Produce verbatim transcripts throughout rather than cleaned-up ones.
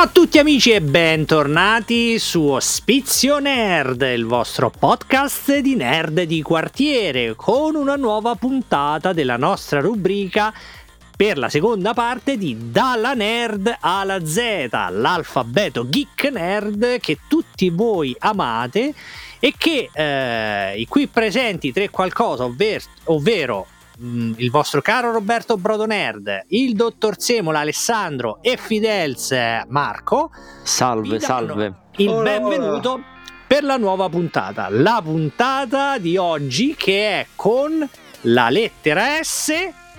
Ciao a tutti amici e bentornati su Ospizio Nerd, il vostro podcast di nerd di quartiere, con una nuova puntata della nostra rubrica per la seconda parte di Dalla Nerd alla Z, l'alfabeto geek nerd che tutti voi amate e che eh, i qui presenti tre qualcosa, ovvero, ovvero il vostro caro Roberto Brodo Nerd, il dottor Semola Alessandro e Fidels Marco, salve salve, il benvenuto per la nuova puntata, la puntata di oggi che è con la lettera S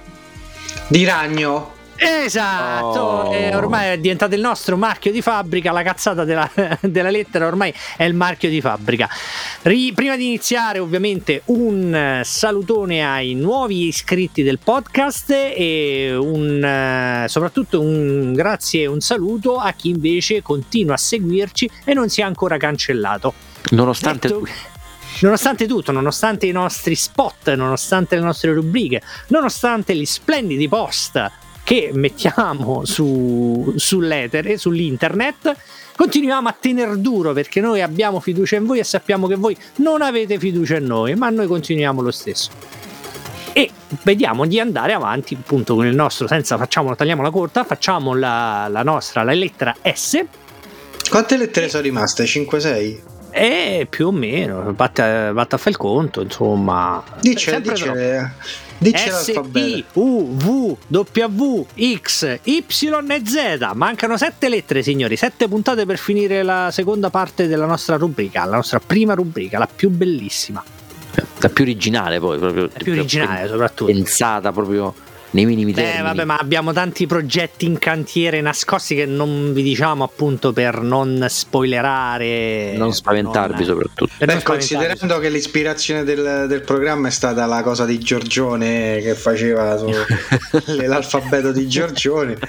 di ragno. Esatto, oh. eh, ormai è diventato il nostro marchio di fabbrica, la cazzata della, della lettera ormai è il marchio di fabbrica. Ri, prima di iniziare ovviamente un salutone ai nuovi iscritti del podcast e un, soprattutto un grazie e un saluto a chi invece continua a seguirci e non si è ancora cancellato. Nonostante Detto, Nonostante tutto, nonostante i nostri spot, nonostante le nostre rubriche, nonostante gli splendidi post che mettiamo su, sull'etere, sull'internet, continuiamo a tener duro perché noi abbiamo fiducia in voi e sappiamo che voi non avete fiducia in noi, ma noi continuiamo lo stesso. E vediamo di andare avanti appunto con il nostro, senza facciamo, tagliamola corta, facciamo la, la nostra, la lettera S. Quante lettere sono rimaste? cinque sei? E più o meno, batte, batte a fare il conto, insomma. Dice, dice, dice S, l'alfabeto. I, U, V, W, X, Y e Z. Mancano sette lettere, signori. Sette puntate per finire la seconda parte della nostra rubrica, la nostra prima rubrica, la più bellissima. La più originale poi, proprio. La più originale, soprattutto. Pensata proprio nei minimi termini. Eh vabbè, ma abbiamo tanti progetti in cantiere nascosti che non vi diciamo appunto per non spoilerare, non spaventarvi non, soprattutto. Beh, non considerando spaventarvi. Che l'ispirazione del, del programma è stata la cosa di Giorgione che faceva su l'alfabeto di Giorgione.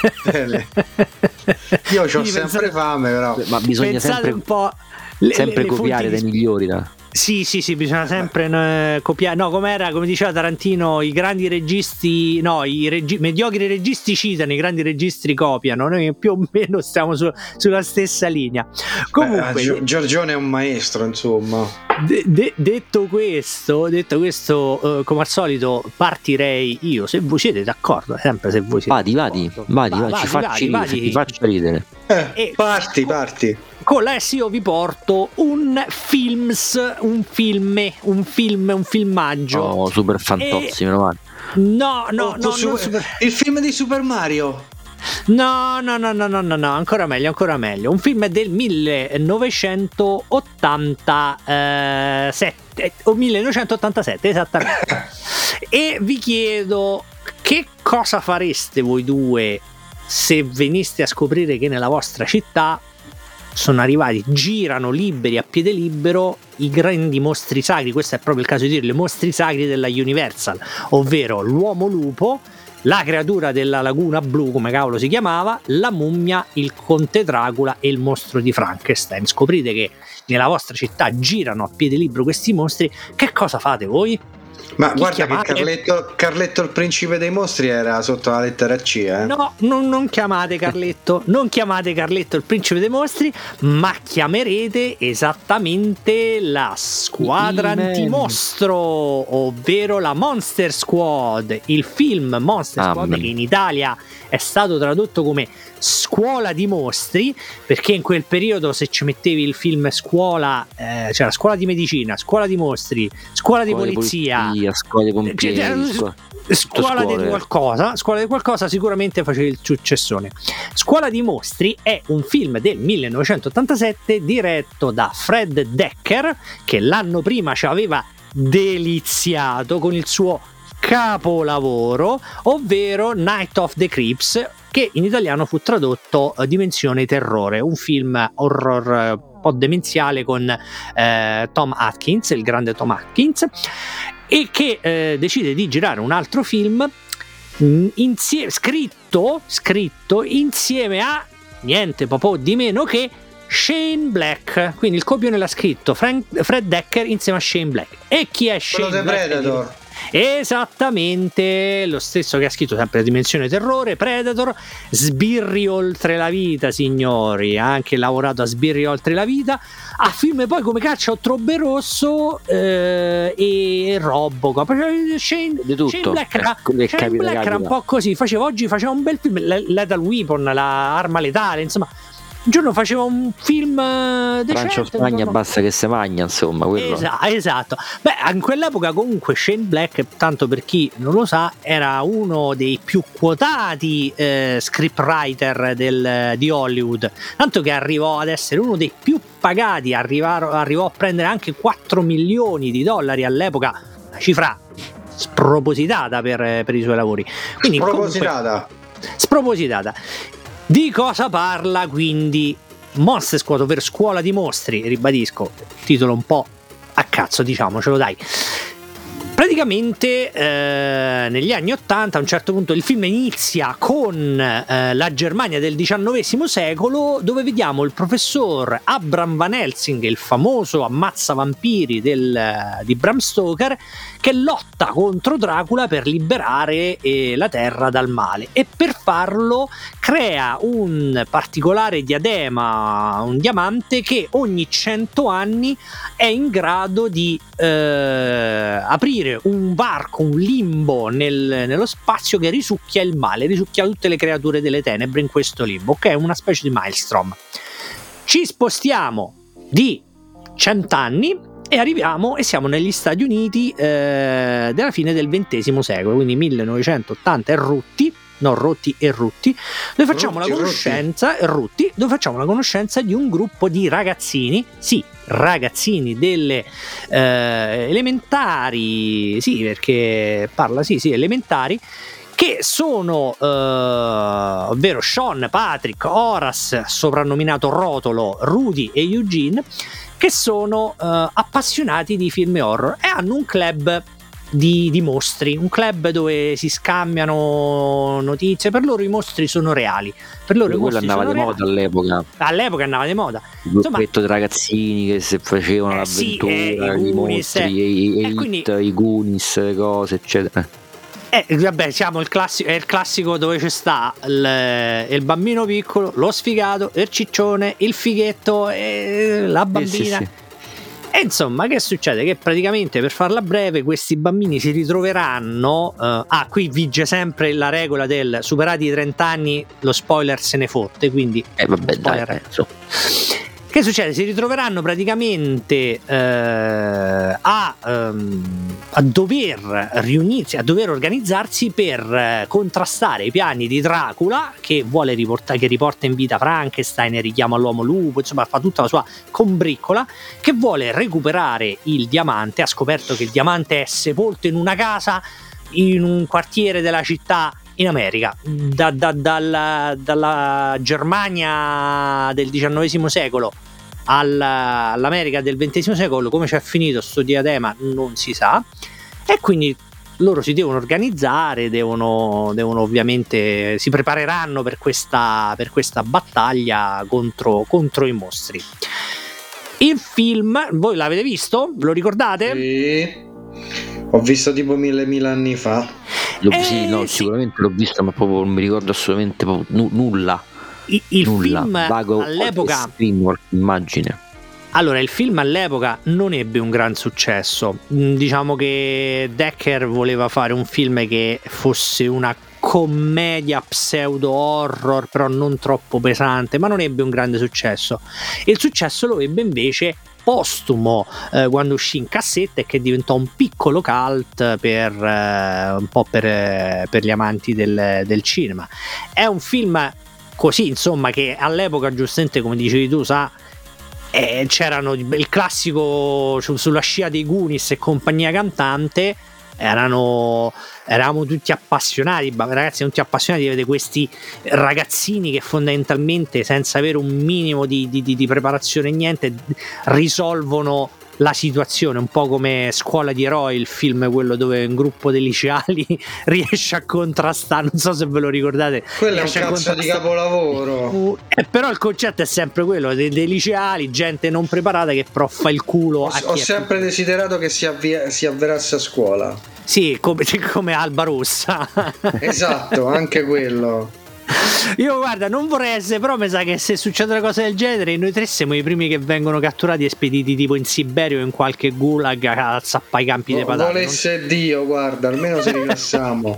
Io ho sempre pensate, fame però. Ma bisogna sempre un po' sempre le, le copiare dai migliori, da. Sì, sì, sì, bisogna sempre eh, copiare. No, com'era, come diceva Tarantino, i grandi registi, no, i regi- mediocri registi citano, i grandi registi copiano. Noi più o meno stiamo su- sulla stessa linea. Comunque, Beh, Giorgione è un maestro, insomma. De- de- detto questo, detto questo, eh, come al solito partirei io, se voi siete d'accordo, sempre se voi siete vadi, vadi, vadi, vadi, ci facci ridere, ti faccio ridere. Eh, e parti, parti. Con la S io vi porto un films, un film, un film, un filmaggio. Oh, super fantozzi, e... meno male. No, no, oh, no, super... no super... il film di Super Mario. No, no, no, no, no, no, no, ancora meglio, ancora meglio. Un film del millenovecentottantasette o millenovecentottantasette, esattamente. E vi chiedo che cosa fareste voi due se veniste a scoprire che nella vostra città sono arrivati, girano liberi a piede libero i grandi mostri sacri, questo è proprio il caso di dirlo, i mostri sacri della Universal, ovvero l'uomo lupo, la creatura della laguna blu, come cavolo si chiamava, la mummia, il conte Dracula e il mostro di Frankenstein. Scoprite che nella vostra città girano a piede libero questi mostri, che cosa fate voi? Ma Chi guarda chiamate? che Carletto, Carletto il principe dei mostri era sotto la lettera C, eh? No, non, non chiamate Carletto, non chiamate Carletto il principe dei mostri, ma chiamerete esattamente la squadra antimostro, ovvero la Monster Squad. Il film Monster Squad, Amen. che in Italia è stato tradotto come Scuola di mostri, perché in quel periodo se ci mettevi il film scuola, eh, c'era scuola di medicina, scuola di mostri, scuola, scuola di polizia, di polizia, scuola di pompieri, cioè, scuola, scuola di qualcosa, scuola di qualcosa sicuramente facevi il successone. Scuola di mostri è un film del millenovecentottantasette diretto da Fred Decker, che l'anno prima ci aveva deliziato con il suo capolavoro, ovvero Night of the Creeps, che in italiano fu tradotto uh, Dimensione Terrore, un film horror uh, un po' demenziale con uh, Tom Atkins, il grande Tom Atkins, e che uh, decide di girare un altro film mh, insie- scritto, scritto insieme a niente po' di meno che Shane Black. Quindi il copione l'ha scritto Frank, Fred Decker insieme a Shane Black. E chi è Shane Quello Black? Predator. Esattamente lo stesso che ha scritto sempre la Dimensione Terrore, Predator, Sbirri oltre la vita, signori, ha anche lavorato a Sbirri oltre la vita, a film poi come Caccia o Trobbe Rosso eh, e Robocop. Shane, di tutto. Shane Black, era, Shane Black era un po' così, faceva oggi faceva un bel film, Lethal Weapon, la arma letale, insomma. Un giorno faceva un film decente, Francia Spagna giorno... basta che se magna, insomma, quello. Esatto, esatto. Beh, in quell'epoca comunque Shane Black, tanto per chi non lo sa, era uno dei più quotati eh, scriptwriter del, di Hollywood, tanto che arrivò ad essere uno dei più pagati, arrivò, arrivò a prendere anche quattro milioni di dollari all'epoca, una cifra spropositata per, per i suoi lavori. Quindi, spropositata. Comunque, spropositata. Di cosa parla quindi Monster Squad, ovvero Scuola di Mostri? Ribadisco, titolo un po' a cazzo, diciamocelo, dai. Praticamente eh, negli anni ottanta a un certo punto il film inizia con eh, la Germania del diciannovesimo secolo, dove vediamo il professor Abraham Van Helsing, il famoso ammazza vampiri del, di Bram Stoker, che lotta contro Dracula per liberare eh, la terra dal male, e per farlo crea un particolare diadema, un diamante che ogni cento anni è in grado di eh, aprire un varco, un limbo nel, nello spazio che risucchia il male, risucchia tutte le creature delle tenebre in questo limbo, che è una specie di maelstrom. Ci spostiamo di cent'anni e arriviamo e siamo negli Stati Uniti eh, della fine del ventesimo secolo, quindi millenovecentottanta e rutti, no, rotti e rutti, dove facciamo rutti, la conoscenza rutti. rutti, dove facciamo la conoscenza di un gruppo di ragazzini, sì, ragazzini delle eh, elementari, sì, perché parla sì, sì, elementari, che sono eh, ovvero Sean, Patrick, Horace, soprannominato Rotolo, Rudy e Eugene, che sono eh, appassionati di film horror e hanno un club Di, di mostri, un club dove si scambiano notizie. Per loro i mostri sono reali, per loro quello andava di moda all'epoca all'epoca andava di moda il gruppetto di ragazzini che se facevano eh, l'avventura, sì, eh, i, i mostri, eh, i, i, quindi, hit, i Goonies, le cose eccetera. Eh, vabbè, diciamo il classico, è il classico dove c'è sta il, il bambino piccolo, lo sfigato, il ciccione, il fighetto e la bambina. Eh, sì, sì. E insomma, che succede? Che praticamente, per farla breve, questi bambini si ritroveranno uh, ah, qui vige sempre la regola del superati i trenta anni, lo spoiler se ne fotte, quindi eh vabbè, spoiler dai, so. Che succede? Si ritroveranno praticamente eh, a, um, a dover riunirsi, a dover organizzarsi per eh, contrastare i piani di Dracula, che vuole riportare, che riporta in vita Frankenstein e richiama l'uomo lupo, insomma fa tutta la sua combriccola, che vuole recuperare il diamante. Ha scoperto che il diamante è sepolto in una casa in un quartiere della città in America, da, da, dalla, dalla Germania del diciannovesimo secolo alla, all'America del ventesimo secolo. Come c'è finito sto diadema non si sa, e quindi loro si devono organizzare, devono, devono ovviamente si prepareranno per questa, per questa battaglia contro, contro i mostri. Il film, voi l'avete visto? Lo ricordate? Sì. Ho visto tipo mille mille anni fa. L'ho, eh, sì, no, sì. Sicuramente l'ho visto, ma proprio non mi ricordo assolutamente proprio, n- nulla. Il, il nulla. film Vago, all'epoca, immagine. Allora, il film all'epoca non ebbe un gran successo. Diciamo che Decker voleva fare un film che fosse una commedia pseudo horror, però non troppo pesante, ma non ebbe un grande successo. Il successo lo ebbe invece postumo, eh, quando uscì in cassetta, e che diventò un piccolo cult per eh, un po' per, eh, per gli amanti del, del cinema. È un film così, insomma, che all'epoca, giustamente come dicevi tu, sa, eh, c'erano il classico su, sulla scia dei Goonies e compagnia cantante. Erano, eravamo tutti appassionati, ragazzi, tutti appassionati di vedere questi ragazzini che fondamentalmente, senza avere un minimo di, di, di preparazione, niente, risolvono la situazione, un po' come Scuola di Eroi, il film quello dove un gruppo di liceali riesce a contrastare, non so se ve lo ricordate, quello è un cazzo di capolavoro, eh, però il concetto è sempre quello dei, dei liceali, gente non preparata che però fa il culo. Ho, a chi ho sempre desiderato che si, avvia, si avverasse a scuola. Sì, come, come Alba Rossa. Esatto, anche quello. Io guarda, non vorrei essere, però mi sa che se succede una cosa del genere noi tre siamo i primi che vengono catturati e spediti tipo in Siberia o in qualche gulag a zappare i campi di patate. Volesse non... Dio, guarda, almeno ci rilassiamo.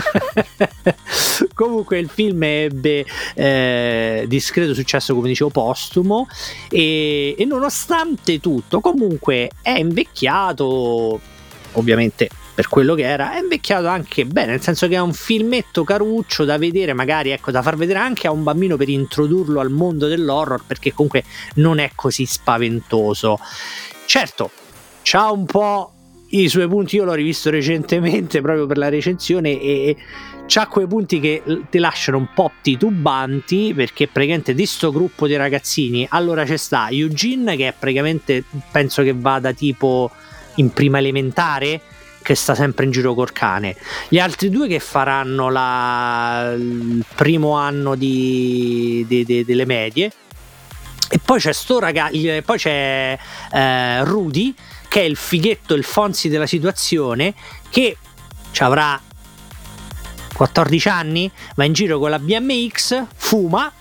Comunque il film ebbe eh, discreto successo, come dicevo, postumo, e, e nonostante tutto comunque è invecchiato, ovviamente per quello che era, è invecchiato anche bene, nel senso che è un filmetto caruccio da vedere, magari, ecco, da far vedere anche a un bambino per introdurlo al mondo dell'horror, perché comunque non è così spaventoso. Certo, c'ha un po' i suoi punti, io l'ho rivisto recentemente proprio per la recensione e c'ha quei punti che ti lasciano un po' titubanti, perché praticamente di sto gruppo di ragazzini, allora c'è sta Eugene che è praticamente, penso che vada tipo in prima elementare, che sta sempre in giro col cane, gli altri due che faranno la, il primo anno di, di, di, delle medie, e poi c'è sto ragazzo, poi c'è eh, Rudy che è il fighetto, il Fonzi della situazione, che ci avrà quattordici anni, va in giro con la B M X, fuma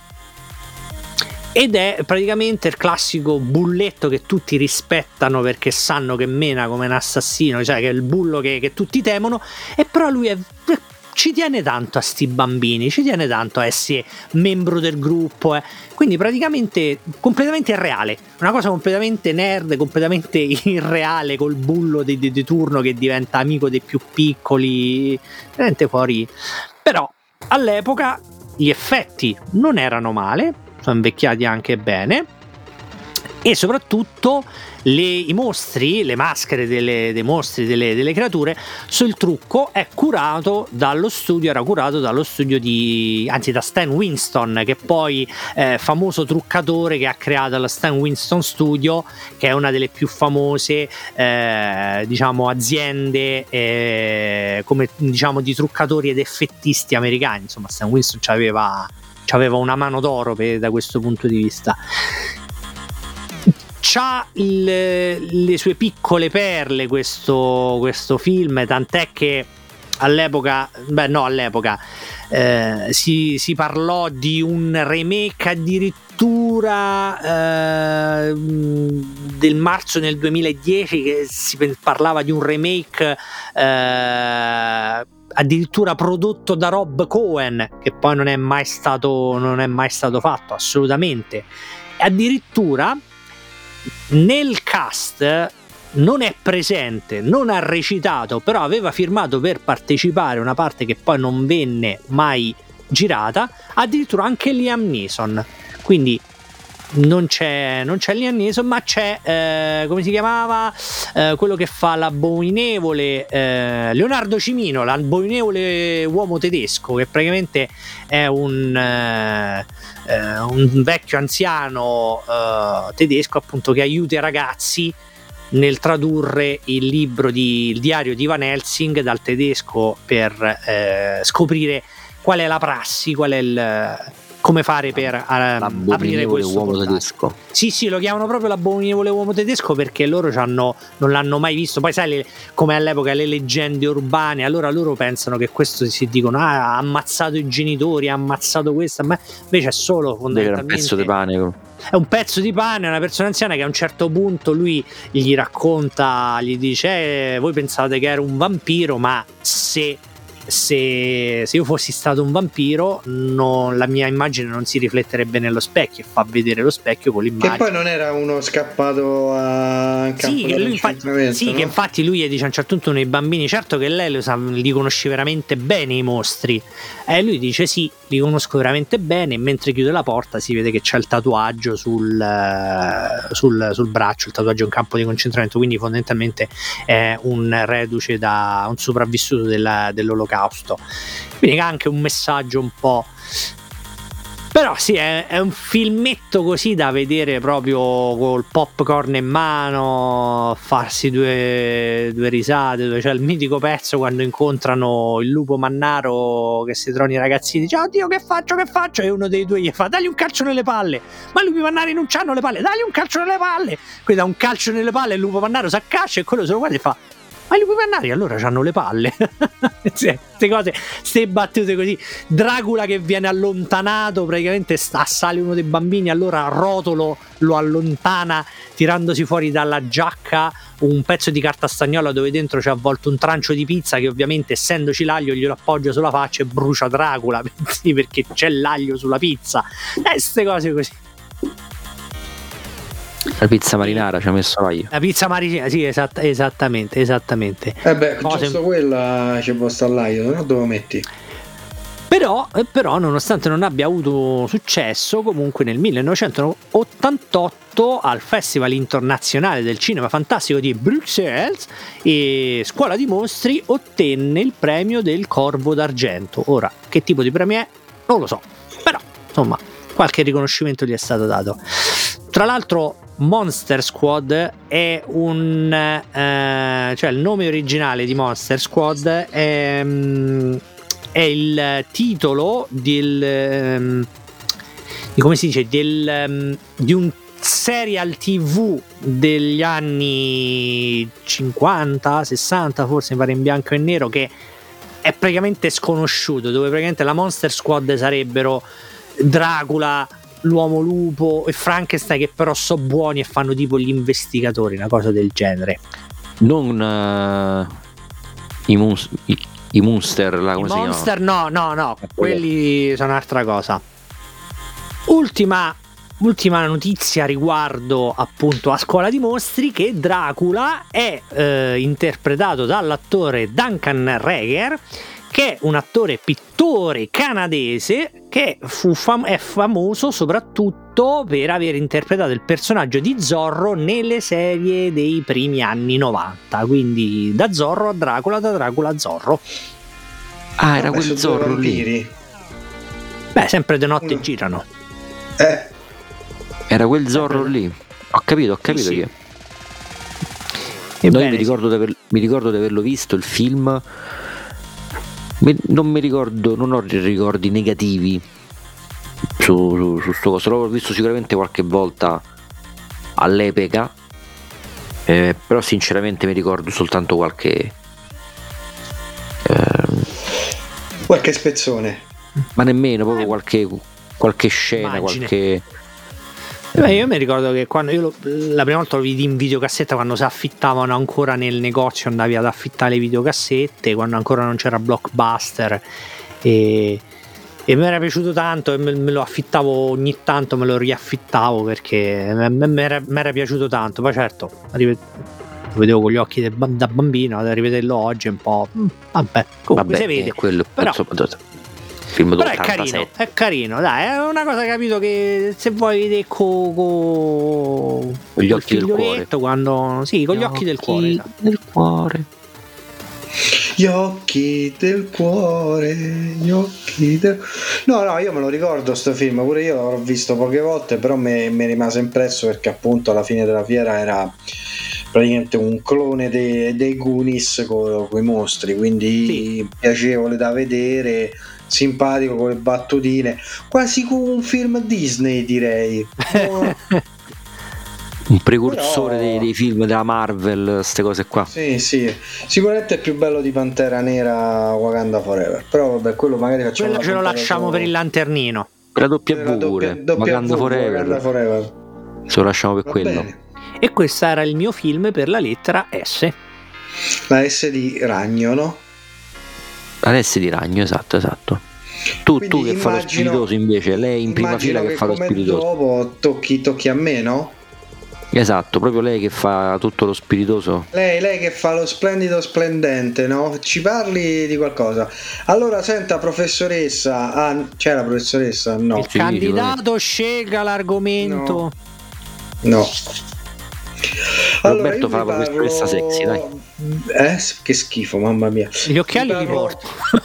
ed è praticamente il classico bulletto che tutti rispettano perché sanno che mena come un assassino, cioè che è il bullo che, che tutti temono, e però lui è, ci tiene tanto a sti bambini, ci tiene tanto a essere membro del gruppo, eh. Quindi praticamente completamente irreale, una cosa completamente nerd, completamente irreale, col bullo di, di, di turno che diventa amico dei più piccoli, veramente fuori. Però all'epoca gli effetti non erano male, sono invecchiati anche bene, e soprattutto le, i mostri, le maschere delle, dei mostri, delle, delle creature, sul trucco è curato dallo studio, era curato dallo studio di, anzi da Stan Winston, che poi è famoso truccatore che ha creato la Stan Winston Studio, che è una delle più famose eh, diciamo aziende eh, come diciamo di truccatori ed effettisti americani. Insomma, Stan Winston c'aveva aveva una mano d'oro per, da questo punto di vista. C'ha il, le sue piccole perle questo, questo film, tant'è che all'epoca, beh no all'epoca eh, si, si parlò di un remake addirittura eh, del marzo nel duemiladieci, che si parlava di un remake eh, addirittura prodotto da Rob Cohen, che poi non è mai stato non è mai stato fatto assolutamente. Addirittura nel cast non è presente, non ha recitato, però aveva firmato per partecipare, una parte che poi non venne mai girata, addirittura anche Liam Neeson. Quindi non c'è non c'è Liam Neeson, ma c'è eh, come si chiamava eh, quello che fa l'abominevole eh, Leonardo Cimino, l'abominevole uomo tedesco, che praticamente è un eh, eh, un vecchio anziano eh, tedesco, appunto, che aiuta i ragazzi nel tradurre il libro di il diario di Van Helsing dal tedesco per eh, scoprire qual è la prassi, qual è il come fare per uh, aprire questo uomo portale. Tedesco. Sì, sì, lo chiamano proprio l'abominevole uomo tedesco, perché loro c'hanno, non l'hanno mai visto. Poi sai, le, come all'epoca le leggende urbane, allora loro pensano che questo, si dicono ah, ha ammazzato i genitori, ha ammazzato questo, ma invece è solo fondamentalmente un pezzo di pane. È un pezzo di pane, è una persona anziana che a un certo punto lui gli racconta, gli dice eh, voi pensate che era un vampiro, ma se Se, se io fossi stato un vampiro, no, la mia immagine non si rifletterebbe nello specchio, e fa vedere lo specchio con l'immagine. Che poi non era uno scappato a sì, che lui infatti, sì, no? Che infatti lui dice a un certo punto nei bambini, certo che lei lo sa, li conosce veramente bene i mostri, e lui dice sì, li conosco veramente bene, e mentre chiude la porta si vede che c'è il tatuaggio sul, sul, sul braccio, il tatuaggio è un campo di concentramento, quindi fondamentalmente è un reduce da un sopravvissuto della, dell'olocausto. Quindi ha anche un messaggio un po', però sì, è, è un filmetto così da vedere proprio col popcorn in mano, farsi due, due risate, dove c'è il mitico pezzo quando incontrano il lupo mannaro che si trovano i ragazzini, dice oddio che faccio che faccio, e uno dei due gli fa dagli un calcio nelle palle, ma i lupi mannari non c'hanno le palle, dagli un calcio nelle palle, quindi dà un calcio nelle palle, il lupo mannaro si accascia e quello se lo guarda e fa Ma i lupi mannari allora c'hanno le palle. Queste cose, ste battute così. Dracula che viene allontanato, praticamente assale uno dei bambini, allora Rotolo lo allontana tirandosi fuori dalla giacca un pezzo di carta stagnola dove dentro c'è avvolto un trancio di pizza che ovviamente, essendoci l'aglio, glielo appoggia sulla faccia e brucia Dracula. Sì, perché c'è l'aglio sulla pizza. E queste cose così. La pizza marinara ci ha messo l'aglio. La pizza marinara, sì, esatt- esattamente, esattamente. Eh beh, Cose... giusto quella ci può stare l'aglio, se no dove lo metti? Però, però, nonostante non abbia avuto successo, comunque nel millenovecentottantotto al Festival Internazionale del Cinema Fantastico di Bruxelles, e Scuola di Mostri ottenne il premio del Corvo d'Argento. Ora, che tipo di premio è? Non lo so, però, insomma, qualche riconoscimento gli è stato dato. Tra l'altro Monster Squad è un eh, cioè il nome originale di Monster Squad è, è il titolo del di come si dice del, di un serial tv degli anni cinquanta sessanta, forse mi pare, in bianco e nero, che è praticamente sconosciuto, dove praticamente la Monster Squad sarebbero Dracula, l'uomo lupo e Frankenstein, che però sono buoni e fanno tipo gli investigatori, una cosa del genere. Non uh, i, mus- i, i Monster, là, come I si Monster chiama? no, no, no, quelli sono un'altra cosa. Ultima Ultima notizia riguardo appunto a Scuola di Mostri, che Dracula è eh, interpretato dall'attore Duncan Regehr, che è un attore pittore canadese che fu fam- è famoso soprattutto per aver interpretato il personaggio di Zorro nelle serie dei primi anni novanta, quindi da Zorro a Dracula, da Dracula a Zorro. Ah, era quel Zorro lì. Beh, sempre de notte mm. girano. Eh. Era quel Zorro lì. Ho capito, ho capito sì, che. Sì. No, io mi ricordo, sì. di aver, mi ricordo di averlo visto il film. Mi, non mi ricordo, non ho ricordi negativi su, su, su sto coso. L'ho visto sicuramente qualche volta all'epoca, eh, però sinceramente mi ricordo soltanto qualche eh, qualche spezzone, ma nemmeno proprio qualche, qualche scena, Immagine. qualche. Beh, io mi ricordo che quando io lo, la prima volta lo vidi in videocassetta, quando si affittavano ancora nel negozio, andavi ad affittare le videocassette, quando ancora non c'era Blockbuster, e, e mi era piaciuto tanto, e me, me lo affittavo ogni tanto, me lo riaffittavo perché mi era, piaciuto tanto. Poi certo lo vedevo con gli occhi de, da bambino, da rivederlo oggi è un po' vabbè, comunque vabbè, si vede, quello, però film però è carino, è carino, dai, è una cosa, capito, che se vuoi vedere con co, co gli occhi del cuore, quando sì, con gli, gli occhi, occhi del cuore, esatto. del cuore. Gli occhi del cuore, gli occhi del... No, no, io me lo ricordo sto film, pure io l'avrò visto poche volte, però mi rimase impresso perché appunto alla fine della fiera era praticamente un clone dei, dei Goonies con i mostri, quindi sì, piacevole da vedere, simpatico con le battutine, quasi come un film Disney, direi. Oh. Un precursore Però... dei, dei film della Marvel, queste cose qua. Sì, sì, sicuramente è più bello di Pantera Nera Wakanda Forever, però vabbè, quello magari facciamo. Quello ce lo lasciamo solo per il lanternino. La doppia V pure, Wakanda Forever. Wakanda Forever. Se lo lasciamo per Va quello. Bene. E questo era il mio film per la lettera S. La S di ragno, no? La S di ragno, esatto, esatto. Tu, tu che immagino, fa lo spiritoso invece, lei in prima fila che, che fa lo spiritoso. Dopo tocchi, tocchi a me, no? Esatto, proprio lei che fa tutto lo spiritoso. Lei, lei che fa lo splendido splendente, no? Ci parli di qualcosa. Allora, senta, professoressa. Ah, c'è la professoressa? No. Il sì, candidato scelga l'argomento. No. no. Allora, Roberto fa la professoressa parlo... sexy, dai. Eh, che schifo, mamma mia. Gli occhiali parlo... li porto.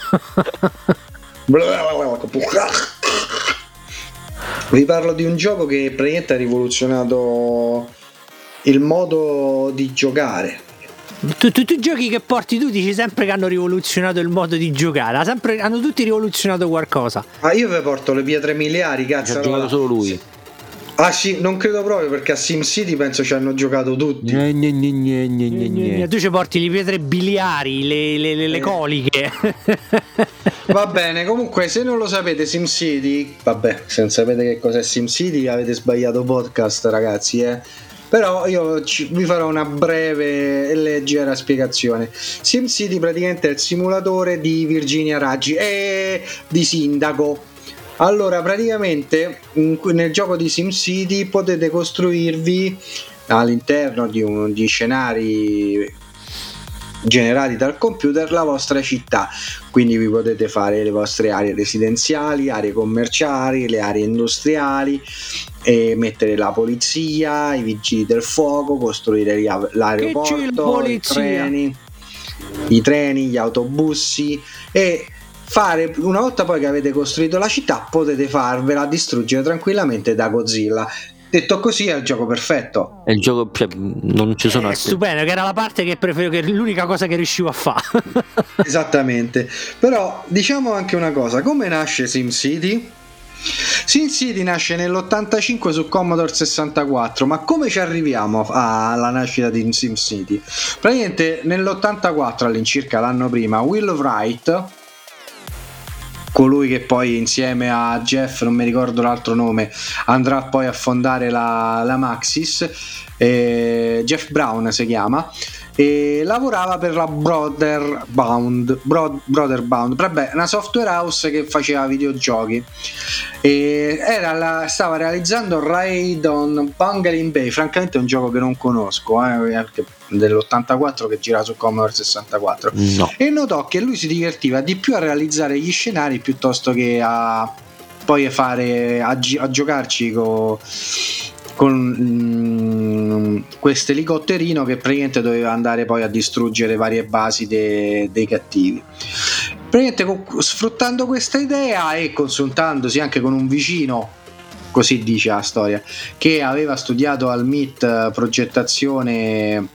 Vi parlo di un gioco che praticamente ha rivoluzionato il modo di giocare. Tutti i giochi che porti tu dici sempre che hanno rivoluzionato il modo di giocare, sempre, hanno tutti rivoluzionato qualcosa. Ma ah, io vi porto le pietre miliari, cazzo. Ha giocato solo lui. Ah sì, non credo proprio, perché a SimCity penso ci hanno giocato tutti. Gne, gne, gne, gne, gne, gne, gne. Tu ci porti le pietre biliari, le, le, le, le Eh. coliche. Va bene, comunque se non lo sapete SimCity, vabbè, se non sapete che cos'è SimCity avete sbagliato podcast, ragazzi, eh. Però io ci, vi farò una breve e leggera spiegazione. SimCity praticamente è il simulatore di Virginia Raggi e di sindaco. Allora, praticamente nel gioco di SimCity potete costruirvi all'interno di, un, di scenari generati dal computer la vostra città, quindi vi potete fare le vostre aree residenziali, aree commerciali, le aree industriali, e mettere la polizia, i vigili del fuoco, costruire l'aeroporto, i treni, i treni, gli autobussi, e fare, una volta poi che avete costruito la città, potete farvela distruggere tranquillamente da Godzilla. Detto così, è il gioco perfetto. È il gioco, cioè, non ci sono è altri. Stupendo, che era la parte che preferivo, che è l'unica cosa che riuscivo a fare. Esattamente. Però diciamo anche una cosa: come nasce SimCity? SimCity nasce nell'ottantacinque su Commodore sessantaquattro, ma come ci arriviamo alla nascita di SimCity? Praticamente nell'ottantaquattro, all'incirca l'anno prima, Will Wright, colui che poi insieme a Jeff, non mi ricordo l'altro nome, andrà poi a fondare la, la Maxis, eh, Jeff Brown si chiama, e lavorava per la Brotherbound, Bro, Brotherbound, vabbè, una software house che faceva videogiochi, e era la, stava realizzando Raid on Bungling Bay. Francamente è un gioco che non conosco, eh, dell'ottantaquattro, che gira su Commodore sessantaquattro, no. E notò che lui si divertiva di più a realizzare gli scenari piuttosto che a poi a fare a, gi- a giocarci con con mm, questo elicotterino che praticamente doveva andare poi a distruggere varie basi de- dei cattivi. Praticamente sfruttando questa idea e consultandosi anche con un vicino, così dice la storia, che aveva studiato al M I T progettazione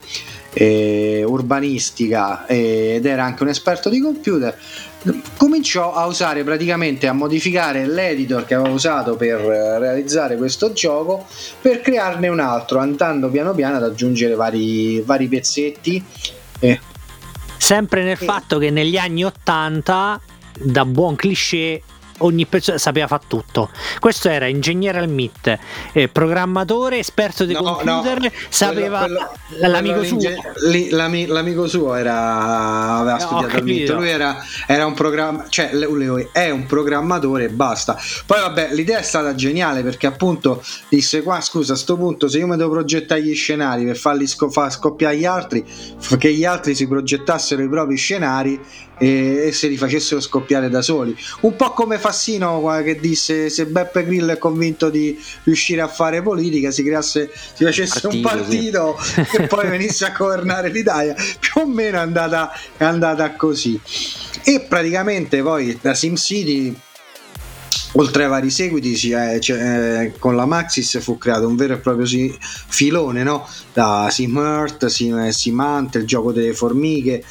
eh, urbanistica eh, ed era anche un esperto di computer, cominciò a usare praticamente a modificare l'editor che aveva usato per realizzare questo gioco, per crearne un altro, andando piano piano ad aggiungere vari, vari pezzetti, eh. sempre nel eh. fatto che negli anni ottanta, da buon cliché, ogni persona sapeva fare tutto. Questo era ingegnere al M I T, eh, programmatore, esperto di no, computer, no, sapeva quello, quello, l'amico quello suo li, l'ami, l'amico suo era aveva no, studiato al M I T, lui era, era un programma, cioè lui è un programmatore e basta. Poi vabbè, l'idea è stata geniale, perché appunto disse: qua scusa, a sto punto se io mi devo progettare gli scenari per farli sco- far scoppiare gli altri, che gli altri si progettassero i propri scenari e, e se li facessero scoppiare da soli, un po' come Fassino che disse: se Beppe Grillo è convinto di riuscire a fare politica, si creasse, si facesse partito, un partito sì. E poi venisse a governare l'Italia. Più o meno è andata, è andata così. E praticamente poi da SimCity, oltre ai vari seguiti, cioè, cioè, con la Maxis fu creato un vero e proprio si, filone, no? Da SimEarth, Sim, SimHunt, il gioco delle formiche,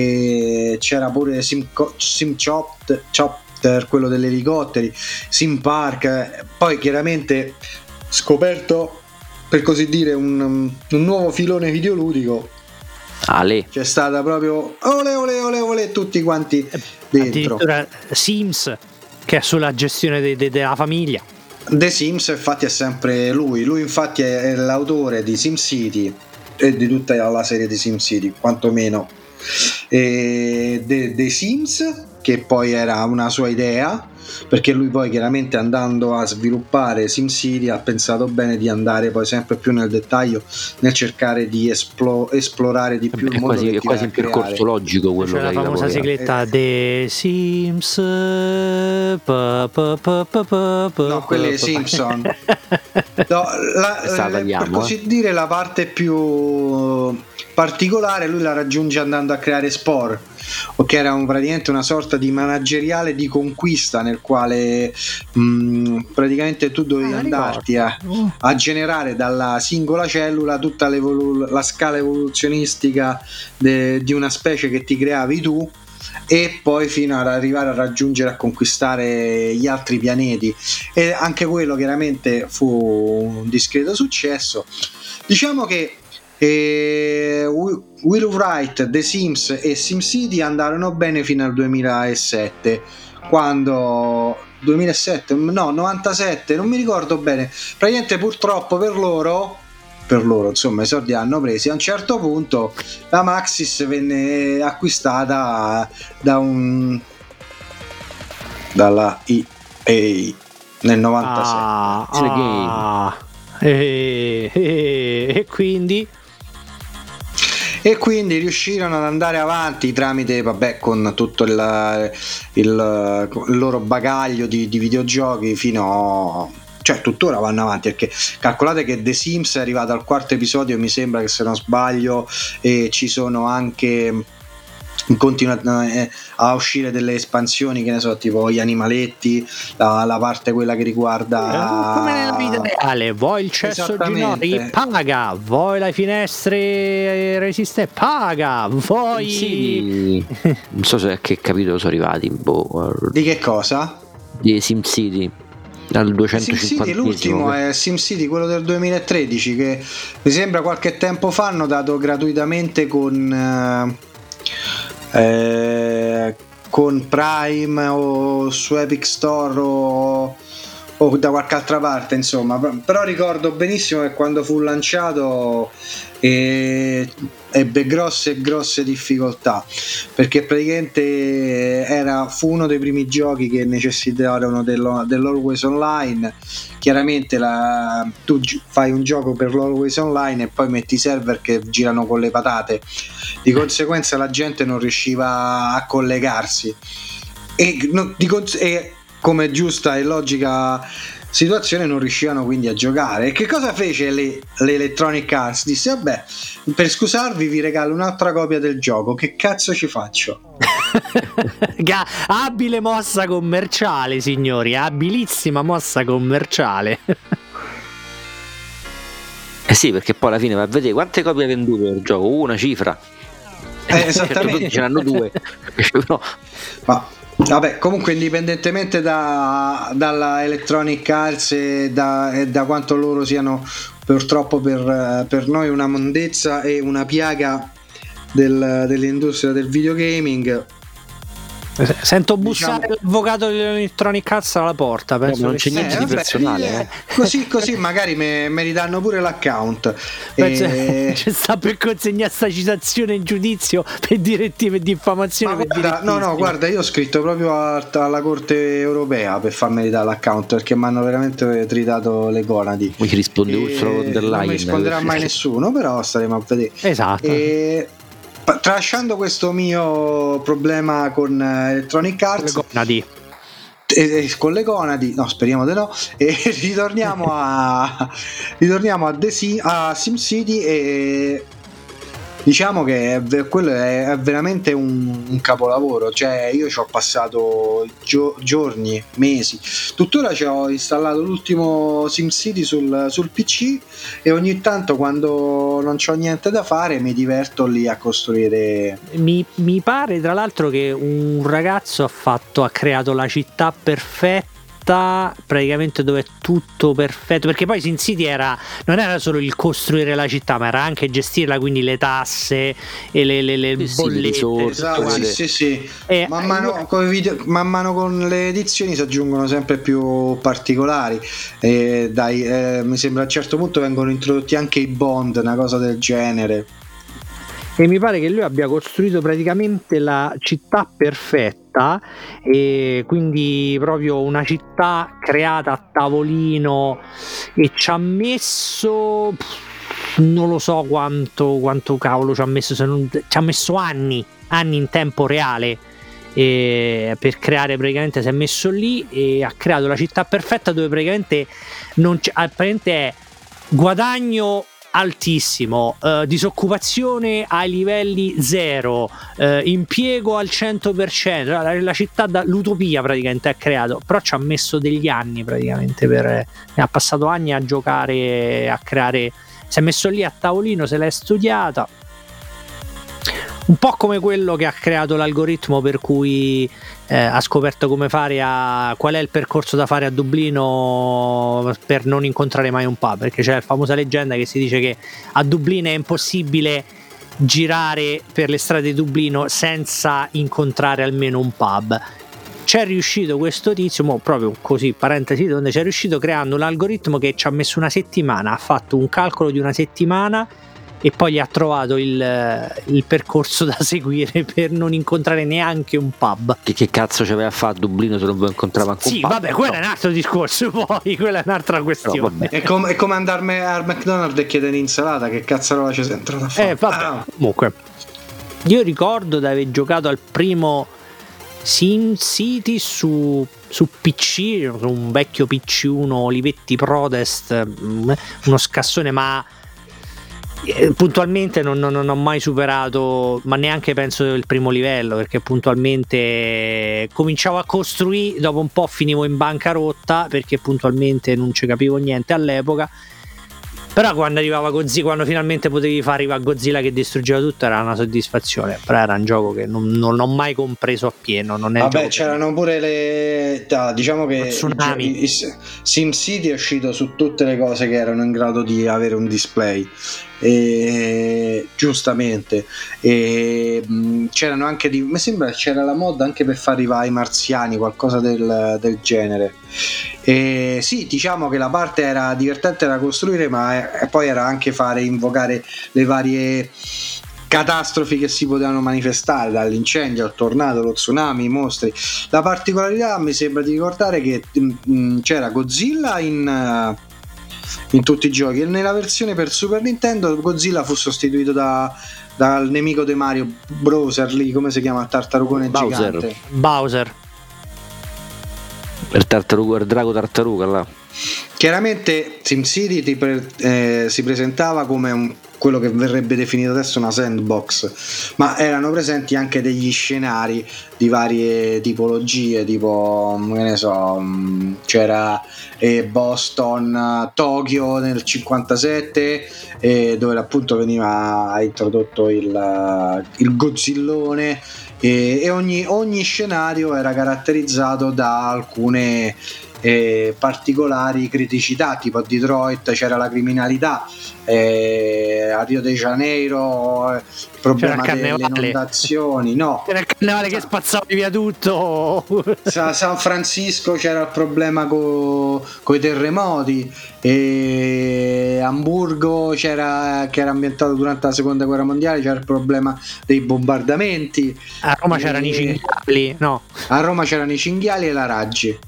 e c'era pure Sim, SimChopter, Chopter, quello degli elicotteri, SimPark. Poi chiaramente scoperto, per così dire, un, un nuovo filone videoludico. Ale. C'è stata proprio ole ole ole ole tutti quanti dentro. Addirittura Sims, che è sulla gestione de- de- della famiglia. The Sims infatti è sempre lui, lui infatti è, è l'autore di SimCity e di tutta la serie di SimCity, quantomeno e The, The Sims, che poi era una sua idea, perché lui poi chiaramente andando a sviluppare SimCity ha pensato bene di andare poi sempre più nel dettaglio, nel cercare di esplo- esplorare di più è il mondo quasi, che è quasi un percorso logico quello, cioè, che la famosa sigletta eh. The Sims, pa, pa, pa, pa, pa, no, quelli è Simpson. No, la, eh, per così eh. dire, la parte più particolare lui la raggiunge andando a creare Spore, che era un, praticamente una sorta di manageriale di conquista, nel quale mh, praticamente tu dovevi ah, andarti a, a generare dalla singola cellula tutta la scala evoluzionistica de, di una specie che ti creavi tu, e poi fino ad arrivare a raggiungere, a conquistare gli altri pianeti, e anche quello chiaramente fu un discreto successo. Diciamo che eh, Will Wright, The Sims e SimCity andarono bene fino al duemilasette, quando duemilasette no novantasette, non mi ricordo bene, praticamente purtroppo per loro per loro insomma i soldi hanno presi. A un certo punto la Maxis venne acquistata da un dalla E A nel novantasette. Ah, ah, e, e, e quindi e quindi riuscirono ad andare avanti tramite, vabbè, con tutto il, il, il loro bagaglio di, di videogiochi fino, cioè tuttora vanno avanti, perché calcolate che The Sims è arrivato al quarto episodio, mi sembra, che se non sbaglio, e ci sono anche continuano a uscire delle espansioni, che ne so, tipo gli animaletti, la, la parte quella che riguarda, come nella vita reale, vuoi il cesso ginori? Paga. Vuoi le finestre resistenti? Paga. Vuoi sì. Non so se è che capito sono arrivati, boh. Di che cosa? Di SimCity al duecentocinquanta. SimCity, l'ultimo è SimCity, quello del duemilatredici, che mi sembra qualche tempo fa hanno dato gratuitamente con Eh, con Prime o su Epic Store o, o da qualche altra parte, insomma. Però ricordo benissimo che quando fu lanciato eh, ebbe grosse grosse difficoltà, perché praticamente era, fu uno dei primi giochi che necessitarono dello, dell'Always Online. Chiaramente la, tu fai un gioco per l'Always Online e poi metti i server che girano con le patate, di conseguenza la gente non riusciva a collegarsi e, no, di cons- e come giusta e logica situazione non riuscivano quindi a giocare. E che cosa fece le, l'Electronic Arts? Disse: vabbè, per scusarvi vi regalo un'altra copia del gioco, che cazzo ci faccio? Abile mossa commerciale, signori, abilissima mossa commerciale. Eh sì, perché poi alla fine va a vedere quante copie ha venduto il gioco, una cifra. Eh, esattamente. Ce n'hanno due. No. Ma vabbè, comunque, indipendentemente da, dalla Electronic Arts e da, e da quanto loro siano purtroppo per, per noi una mondezza e una piaga del, dell'industria del videogaming. Sento bussare, diciamo, l'avvocato dell'Electronic Arts alla porta, penso no, non c'è niente eh, di vabbè, personale eh. così, così magari me, me ridanno pure l'account. E... ci sta per consegnare sta citazione in giudizio per direttive di diffamazione. Ma guarda, no no guarda, io ho scritto proprio a, alla Corte Europea per farmi ridare l'account, perché mi hanno veramente tritato le gonadi. Mi risponde Ursula von der Leyen, non mi risponderà mai nessuno, però staremo a vedere. Esatto. E... tralasciando questo mio problema con Electronic Arts, con le gonadi, e, e, con le gonadi, no, speriamo di no, e ritorniamo a ritorniamo a, The Sim, a SimCity, e diciamo che è, quello è, è veramente un, un capolavoro. Cioè, io ci ho passato gio- giorni, mesi, tuttora ci ho installato l'ultimo SimCity sul, sul P C, e ogni tanto, quando non c'ho niente da fare, mi diverto lì a costruire. Mi, mi pare tra l'altro che un ragazzo ha fatto ha creato la città perfetta, praticamente, dove è tutto perfetto, perché poi SimCity era, non era solo il costruire la città, ma era anche gestirla, quindi le tasse e le, le, le sì, bollette. Sì, esatto, sì, sì, sì. E, man, mano, con video, man mano con le edizioni si aggiungono sempre più particolari, e dai, eh, mi sembra a un certo punto vengono introdotti anche i bond, una cosa del genere. E mi pare che lui abbia costruito praticamente la città perfetta, e quindi proprio una città creata a tavolino, e ci ha messo, non lo so quanto, quanto cavolo ci ha messo, se non, ci ha messo anni, anni in tempo reale, e per creare, praticamente si è messo lì e ha creato la città perfetta, dove praticamente non c'è, praticamente è guadagno altissimo, uh, disoccupazione ai livelli zero, uh, impiego al cento per cento, la, la città da, l'utopia praticamente ha creato, però ci ha messo degli anni praticamente, per, eh, ha passato anni a giocare, a creare, si è messo lì a tavolino, se l'è studiata. un po' come quello che ha creato l'algoritmo per cui eh, ha scoperto come fare a qual è il percorso da fare a Dublino per non incontrare mai un pub, perché c'è la famosa leggenda che si dice che a Dublino è impossibile girare per le strade di Dublino senza incontrare almeno un pub. C'è riuscito questo tizio, mo proprio così, parentesi, donde c'è riuscito creando un algoritmo che ci ha messo una settimana, ha fatto un calcolo di una settimana e poi gli ha trovato il, il percorso da seguire per non incontrare neanche un pub. Che, che cazzo c'aveva a fare a Dublino se non lo incontrava anche sì, un pub? Sì, vabbè, quello no. è un altro discorso, poi quella è un'altra questione. È come, è come andare al McDonald's e chiedere l'insalata, che cazzarola c'è entrato a fare? Eh, vabbè, ah. Comunque, io ricordo di aver giocato al primo SimCity su, su P C, su un vecchio P C uno Olivetti Protest, uno scassone, ma puntualmente non, non, non ho mai superato, ma neanche penso il primo livello, perché puntualmente cominciavo a costruire, dopo un po' finivo in bancarotta perché puntualmente non ci capivo niente all'epoca. Però quando arrivava Godzilla, quando finalmente potevi far arrivare Godzilla che distruggeva tutto, era una soddisfazione. Però era un gioco che non, non ho mai compreso appieno. Non è Vabbè, c'erano che... pure le da, diciamo che tsunami. SimCity è uscito su tutte le cose che erano in grado di avere un display, e giustamente, e mh, c'erano anche di, mi sembra c'era la mod anche per far arrivare i marziani, qualcosa del, del genere. E sì, diciamo che la parte era divertente da costruire, ma eh, poi era anche fare invocare le varie catastrofi che si potevano manifestare, dall'incendio al tornado, lo tsunami, i mostri. La particolarità mi sembra di ricordare che mh, c'era Godzilla in uh, in tutti i giochi, e nella versione per Super Nintendo Godzilla fu sostituito da, dal nemico di Mario, Bowser lì, come si chiama, il tartarugone Bowser. gigante Bowser, il tartaruga, il drago tartaruga là. Chiaramente SimCity ti pre- eh, si presentava come un, quello che verrebbe definito adesso una sandbox, ma erano presenti anche degli scenari di varie tipologie, tipo che ne so, c'era eh, Boston, Tokyo nel cinquantasette, eh, dove appunto veniva introdotto il, il Godzillone, e, e ogni, ogni scenario era caratterizzato da alcune Eh, particolari criticità, tipo a Detroit c'era la criminalità, eh, a Rio de Janeiro il problema delle inondazioni, no, c'era il carnevale che spazzava via tutto. Sa- San Francisco c'era il problema con i terremoti, e Amburgo c'era, che era ambientato durante la seconda guerra mondiale, c'era il problema dei bombardamenti. A Roma e... c'erano i cinghiali, no? A Roma c'erano i cinghiali e la Raggi.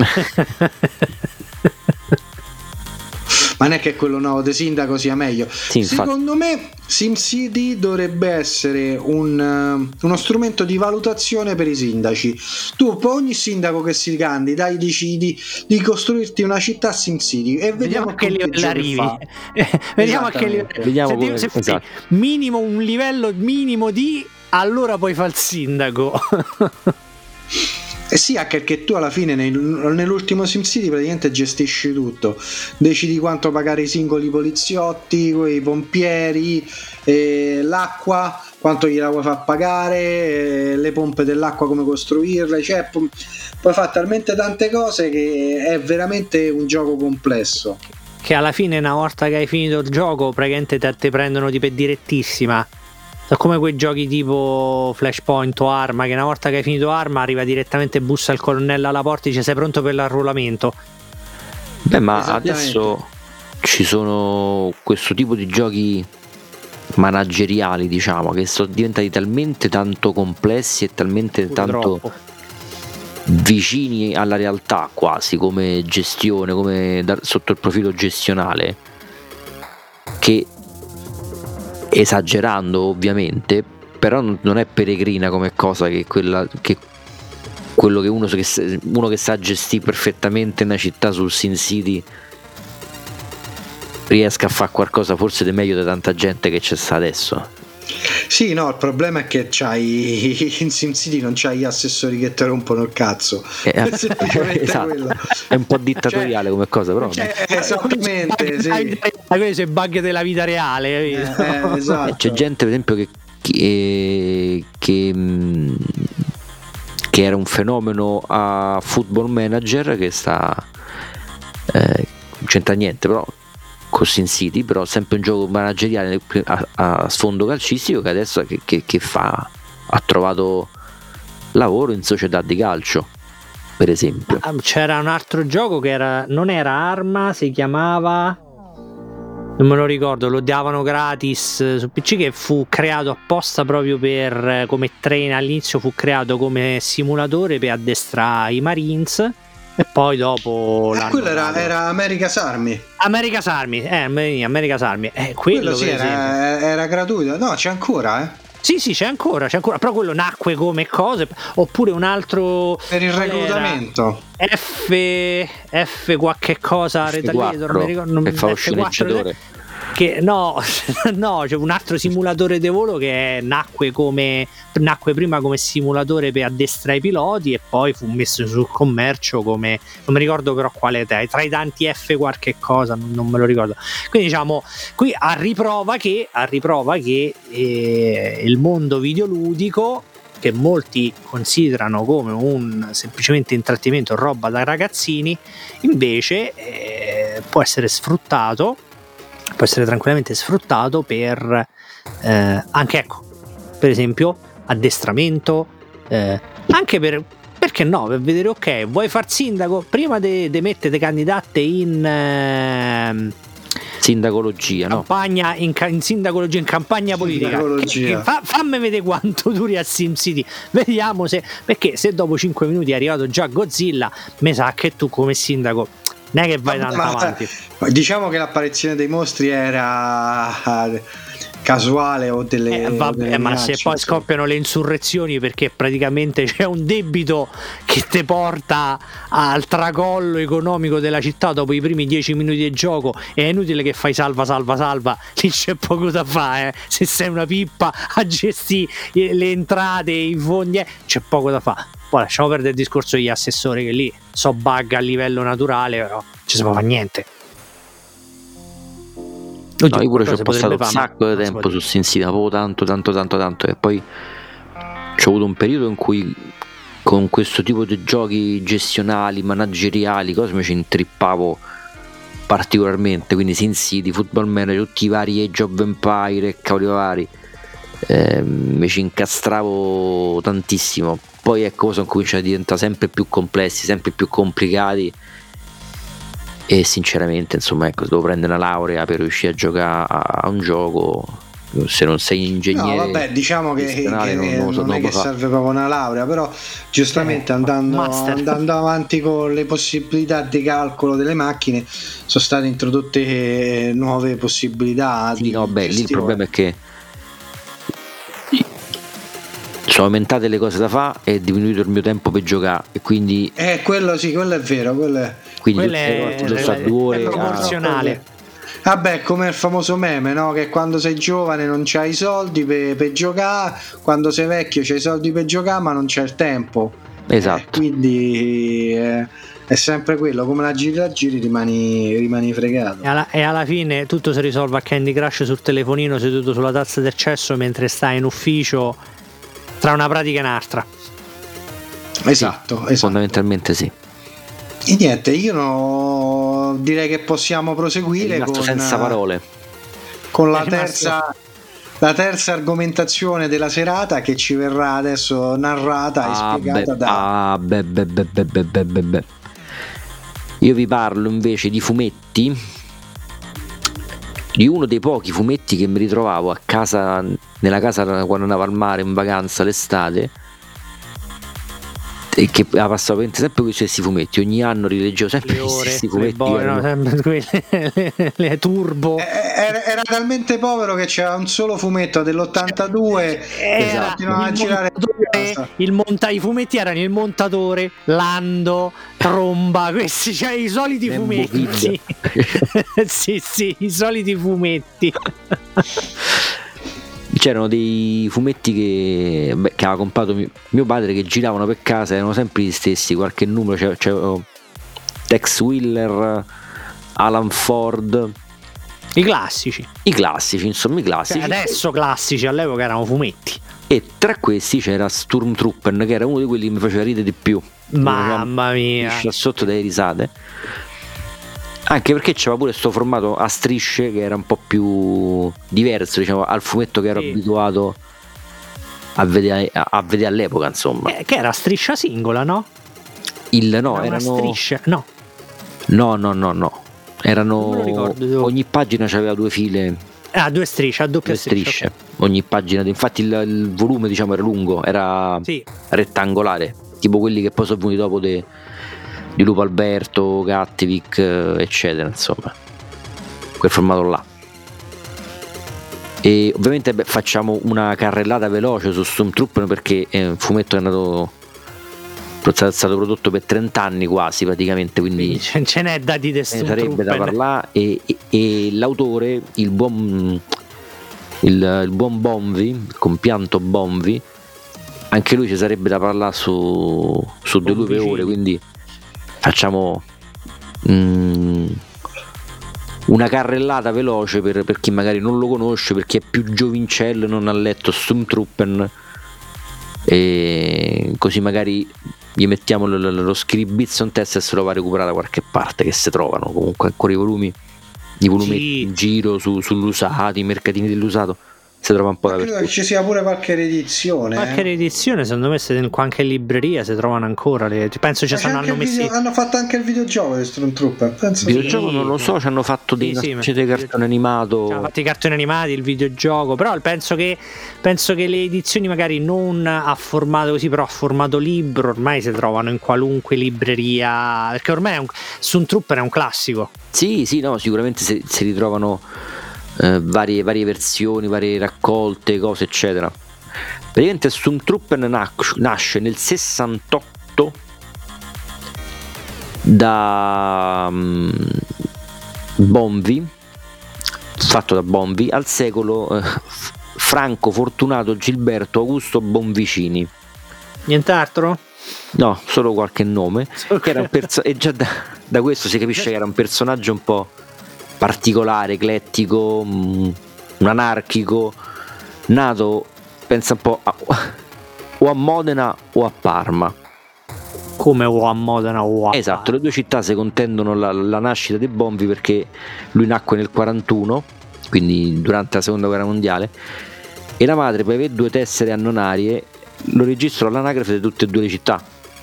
Ma non è che quello nuovo di sindaco sia meglio. Sì, secondo me SimCity dovrebbe essere un, uh, uno strumento di valutazione per i sindaci. Tu per ogni sindaco che si candida decidi di costruirti una città SimCity e vediamo, vediamo che livello arrivi. Vediamo a che livello. Vediamo se come, se esatto. Minimo un livello minimo di, allora poi fa il sindaco. Eh sì, anche perché tu alla fine nell'ultimo SimCity praticamente gestisci tutto, decidi quanto pagare i singoli poliziotti, i pompieri, eh, l'acqua, quanto gliela vuoi far pagare, eh, le pompe dell'acqua come costruirle, cioè pu- puoi fare talmente tante cose che è veramente un gioco complesso. Che alla fine, una volta che hai finito il gioco, praticamente te, te prendono tipo direttissima. Come quei giochi tipo Flashpoint o Arma, che una volta che hai finito Arma arriva direttamente, bussa il colonnello alla porta e dice sei pronto per l'arruolamento. Beh, ma adesso ci sono questo tipo di giochi manageriali, diciamo, che sono diventati talmente tanto complessi e talmente Pure tanto troppo. vicini alla realtà, quasi come gestione, come da, sotto il profilo gestionale, che, esagerando ovviamente, però non è peregrina come cosa che quella che quello che uno che, uno che sa gestire perfettamente una città sul SimCity riesca a fare qualcosa forse di meglio di tanta gente che c'è sta adesso. Sì, no, il problema è che c'hai in SimCity non c'hai gli assessori che ti rompono il cazzo. Eh, esatto. È un po' dittatoriale, cioè, come cosa, però. Cioè, esattamente, sì. Questi sono bug della vita reale. Eh, eh, esatto. C'è gente, per esempio, che che, che, che era un fenomeno a Football Manager, che sta eh, non c'entra niente però con Sin City, però sempre un gioco manageriale a, a sfondo calcistico, che adesso che, che, che fa ha trovato lavoro in società di calcio, per esempio. C'era un altro gioco che era non era Arma, si chiamava, non me lo ricordo, lo davano gratis su P C, che fu creato apposta proprio per, come train, all'inizio fu creato come simulatore per addestrare i Marines, e poi dopo ah, quello era, era America's Army America's Army eh, America's Army eh, quello, quello sì, era, era gratuito, no, c'è ancora eh Sì, sì, c'è ancora, c'è ancora, però quello nacque come cose, oppure un altro per il reclutamento. F F qualche cosa Retaliator, non mi ricordo, non, per fare lo F quattro, sceneggiatore. Che no, no, c'è un altro simulatore di volo che nacque come nacque prima come simulatore per addestrare i piloti e poi fu messo sul commercio come, non mi ricordo però quale è, tra i tanti F qualche cosa, non, non me lo ricordo. Quindi diciamo qui a riprova che a riprova che eh, il mondo videoludico, che molti considerano come un semplicemente intrattenimento, roba da ragazzini, invece eh, può essere sfruttato può essere tranquillamente sfruttato per eh, anche, ecco, per esempio addestramento, eh, anche per, perché no, per vedere, ok, vuoi far sindaco, prima di mettete candidate in eh, sindacologia, campagna, no? in, in sindacologia, in campagna politica, che, che fa, fammi vedere quanto duri a SimCity, vediamo se, perché se dopo cinque minuti è arrivato già Godzilla, mi sa che tu come sindaco non è che vai tanto ma, avanti. Diciamo che l'apparizione dei mostri era casuale o delle, eh, vabbè, o delle ma minacce, se poi insomma. scoppiano le insurrezioni perché praticamente c'è un debito che ti porta al tracollo economico della città dopo i primi dieci minuti di gioco, è inutile che fai salva salva salva, lì c'è poco da fare, eh. Se sei una pippa a gestire le entrate, i fondi, eh, c'è poco da fare. Poi lasciamo perdere il discorso degli assessori, che lì so bug a livello naturale, però ci si può fare niente. Oddio, no, io pure ci ho passato un sacco di tempo su Sin City, proprio tanto tanto tanto tanto, e poi c'ho avuto un periodo in cui con questo tipo di giochi gestionali, manageriali, cose mi ci intrippavo particolarmente, quindi Sin City, Football Manager, tutti i vari Age of Empire e cavoli vari, eh, mi ci incastravo tantissimo. Poi ecco, sono cominciati a diventare sempre più complessi, sempre più complicati, e sinceramente insomma ecco, devo prendere una laurea per riuscire a giocare a un gioco, se non sei ingegnere. No, vabbè, diciamo che, che non, non, so, non è che fa. serve proprio una laurea, però giustamente eh, andando, andando avanti con le possibilità di calcolo delle macchine sono state introdotte nuove possibilità. Sì, di no, beh, gestione. Lì il problema è che sono aumentate le cose da fare e è diminuito il mio tempo per giocare, e quindi eh quello sì, quello è vero, quello è, quindi quello è, è, è, è, due ore è proporzionale. A... vabbè, come il famoso meme, no? Che quando sei giovane non c'hai i soldi per, per giocare, quando sei vecchio c'hai i soldi per giocare ma non c'è il tempo. Esatto. Eh, quindi eh, è sempre quello, come la giri la giri rimani, rimani fregato. E alla, e alla fine tutto si risolve a Candy Crush sul telefonino seduto sulla tazza del cesso mentre stai in ufficio, tra una pratica e un'altra. Esatto, esatto. Fondamentalmente sì. E niente, io no, direi che possiamo proseguire con, senza parole con la terza, la terza argomentazione della serata, che ci verrà adesso narrata ah, e spiegata beh, da ah, beh, beh, beh, beh, beh, beh, beh. Io vi parlo invece di fumetti, di uno dei pochi fumetti che mi ritrovavo a casa, nella casa quando andavo al mare in vacanza l'estate, e che passavo sempre questi fumetti, ogni anno rileggevo sempre questi fumetti, boy, no, sempre quelle, le, le turbo. Era, era talmente povero che c'era un solo fumetto dell'ottantadue che continuava a girare. Il monta- I fumetti erano il montatore, Lando, Tromba, questi, cioè i soliti fumetti. Sì, sì, i soliti fumetti. C'erano dei fumetti che, beh, che aveva comprato mio, mio padre, che giravano per casa, erano sempre gli stessi, qualche numero, c'era, c'era Tex Willer, Alan Ford, I classici. I classici, insomma, i classici. Cioè, adesso classici, all'epoca erano fumetti. E tra questi c'era Stormtrooper, che era uno di quelli che mi faceva ridere di più. Mamma mia. Sotto delle risate. Anche perché c'era pure sto formato a strisce che era un po' più diverso, diciamo, al fumetto che ero sì. abituato a vedere, a, a vedere all'epoca, insomma. Eh, che era striscia singola, no? Il no, era erano una striscia, no. No, no, no, no. Erano ricordo, ogni pagina aveva due file. Ah, due strisce, a doppia due strisce. striscia. Ogni pagina, infatti il, il volume, diciamo, era lungo, era sì. rettangolare, tipo quelli che poi sono venuti dopo de, di Lupo Alberto, Cattivic, eccetera, insomma. Quel formato là. E ovviamente beh, facciamo una carrellata veloce su Stormtrooper perché è un fumetto che è andato è stato prodotto per trenta anni quasi praticamente, quindi ce n'è da dire, sarebbe da parlare. E, e, e l'autore, il buon il, il buon Bonvi, il compianto Bonvi, anche lui ci sarebbe da parlare su, su due due ore, quindi facciamo mm, una carrellata veloce per, per chi magari non lo conosce, per chi è più giovincello e non ha letto Stormtrooper, e così magari gli mettiamo lo, lo, lo scribizzo in testa e se lo va a recuperare da qualche parte, che si trovano comunque ancora i volumi i volumi sì. in giro su, sull'usato, i mercatini dell'usato si trova un po' da credo che ci sia pure qualche riedizione qualche eh. riedizione secondo me, se anche in libreria si trovano ancora le, penso ci stanno, hanno, messi... video, hanno fatto anche il videogioco di Stormtrooper, penso il videogioco sì, non lo so, ci hanno fatto dei sì, sì, di cartone animato, ci hanno fatto i cartoni animati, il videogioco, però penso che penso che le edizioni magari non a formato così, però a formato libro ormai si trovano in qualunque libreria, perché ormai è un, Stormtrooper è un classico. Sì, sì, no, sicuramente si, si ritrovano eh, varie, varie versioni, varie raccolte, cose eccetera. Praticamente Stormtrooper nasce nel sessantotto da um, Bonvi, fatto da Bonvi, al secolo eh, Franco Fortunato Gilberto Augusto Bonvicini. Nient'altro? No, solo qualche nome. Che era un perso- e già da, da questo si capisce che era un personaggio un po' particolare, eclettico, mh, un anarchico, nato, pensa un po' a, o a Modena o a Parma. Come o a Modena o a esatto, Parma. Le due città si contendono la, la nascita di Bonvi perché lui nacque nel quarantuno, quindi durante la seconda guerra mondiale, e la madre per avere due tessere annonarie lo registrò all'anagrafe di tutte e due le città.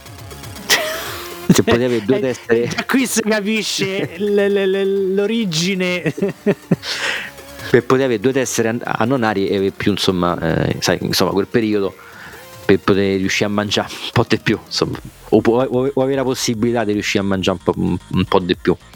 Se poteva avere due tessere, da qui si capisce l- l- l- l'origine. Per poter avere due tessere annonarie e più, insomma, eh, sai, insomma, quel periodo, per poter riuscire a mangiare un po' di più, insomma, o, o, o avere la possibilità di riuscire a mangiare un po', un, un po' di più.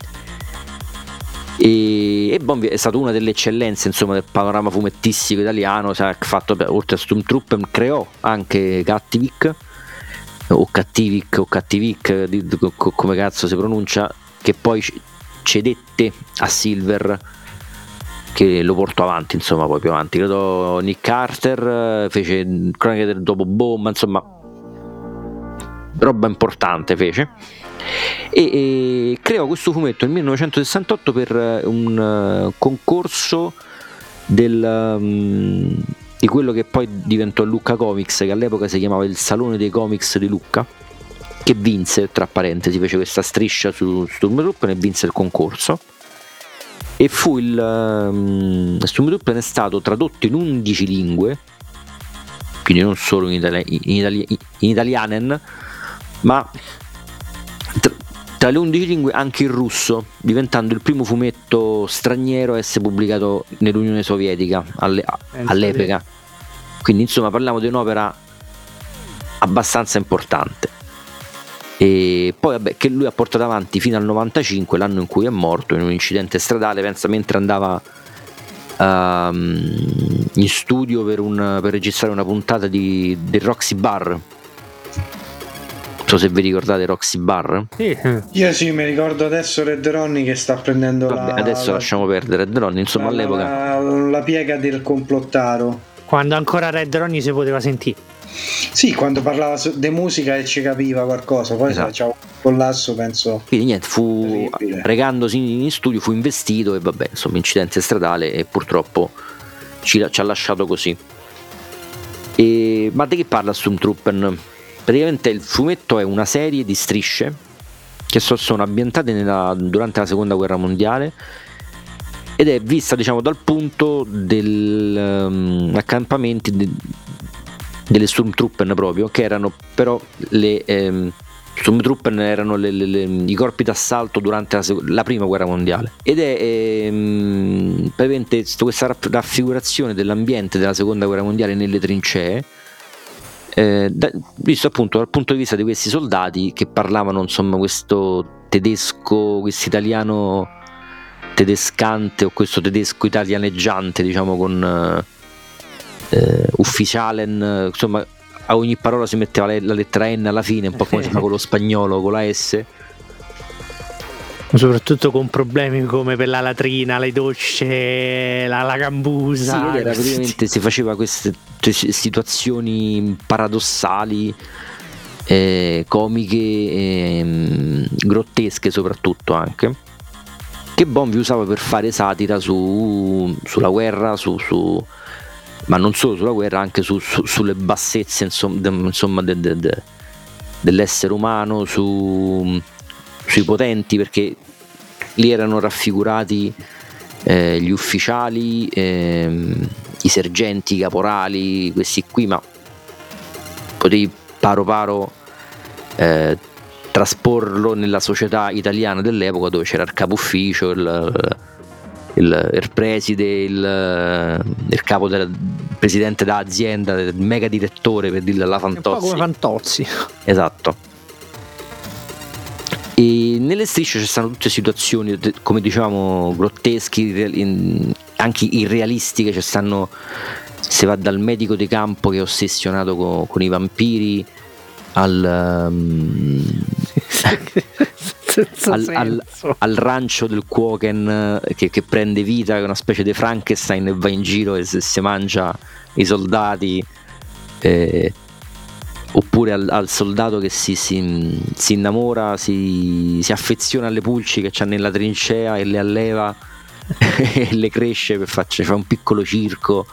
E, e Bonvi è stato una delle eccellenze, insomma, del panorama fumettistico italiano. Sa, fatto, oltre a Stormtrooper creò anche Cattivic o Cattivic o Cattivic, come cazzo si pronuncia, che poi cedette a Silver, che lo portò avanti, insomma, poi più avanti credo Nick Carter, fece Cronache del Dopo Bomba, insomma roba importante fece, e, e creò questo fumetto nel millenovecentosessantotto per un uh, concorso del um, di quello che poi diventò Lucca Comics, che all'epoca si chiamava il Salone dei Comics di Lucca, che vinse, tra parentesi, fece questa striscia su Stormtrooper e vinse il concorso. E fu il um, Stormtrooper è stato tradotto in undici lingue, quindi non solo in, itali- in, itali- in italianen, ma tra, tra le undici lingue anche il russo, diventando il primo fumetto straniero a essere pubblicato nell'Unione Sovietica alle, all'epoca. Quindi insomma parliamo di un'opera abbastanza importante. E poi vabbè, che lui ha portato avanti fino al novantacinque, l'anno in cui è morto in un incidente stradale, pensa, mentre andava um, in studio per, un, per registrare una puntata di, del Roxy Bar. Non so se vi ricordate Roxy Bar. Sì. Io sì, mi ricordo adesso Red Ronnie che sta prendendo vabbè, la, adesso la, lasciamo perdere Red Ronnie, insomma, la, all'epoca la, la piega del complottaro, quando ancora Red Ronnie si poteva sentire. Sì, quando parlava di musica e ci capiva qualcosa, poi esatto. C'era un collasso, penso. Quindi niente, fu terribile. Recandosi in studio fu investito e vabbè, insomma, incidente stradale e purtroppo ci, ci ha lasciato così. E, ma di che parla Stormtrooper? Praticamente il fumetto è una serie di strisce che sono ambientate nella, durante la seconda guerra mondiale ed è vista, diciamo, dal punto degli um, accampamenti de, delle Stormtrooper proprio, che erano però le um, Stormtrooper erano le, le, le, i corpi d'assalto durante la, la prima guerra mondiale ed è um, praticamente questa raffigurazione dell'ambiente della seconda guerra mondiale nelle trincee, eh, da, visto appunto dal punto di vista di questi soldati che parlavano, insomma, questo tedesco, questo italiano tedescante o questo tedesco italianeggiante, diciamo, con eh, ufficialen, insomma, a ogni parola si metteva la lettera N alla fine, un po' come si fa con lo spagnolo con la S, soprattutto con problemi come per la latrina, le docce, la, la gambusa. Sì, era praticamente, si faceva queste situazioni paradossali, eh, comiche, eh, grottesche soprattutto anche, che Bonvi usava per fare satira su, sulla guerra, su, su ma non solo sulla guerra, anche su, su, sulle bassezze, insomma, de, insomma de, de, de, dell'essere umano, su, sui potenti, perché lì erano raffigurati eh, gli ufficiali, eh, i sergenti, i caporali, questi qui, ma potevi paro paro eh, trasporlo nella società italiana dell'epoca, dove c'era il capo ufficio, il, il, il preside, il, il capo del presidente dell'azienda, il mega direttore, per dirla alla Fantozzi. Un po' come Fantozzi. Esatto. E nelle strisce ci stanno tutte situazioni, come dicevamo, grottesche, anche irrealistiche. Ci stanno, si va dal medico di campo che è ossessionato con, con i vampiri al um, al, al, al rancio del Kwoken che, che prende vita, che è una specie di Frankenstein e va in giro e si, si mangia i soldati, eh, oppure al, al soldato che si, si, si innamora, si, si affeziona alle pulci che c'ha nella trincea e le alleva e le cresce per farci, fa un piccolo circo.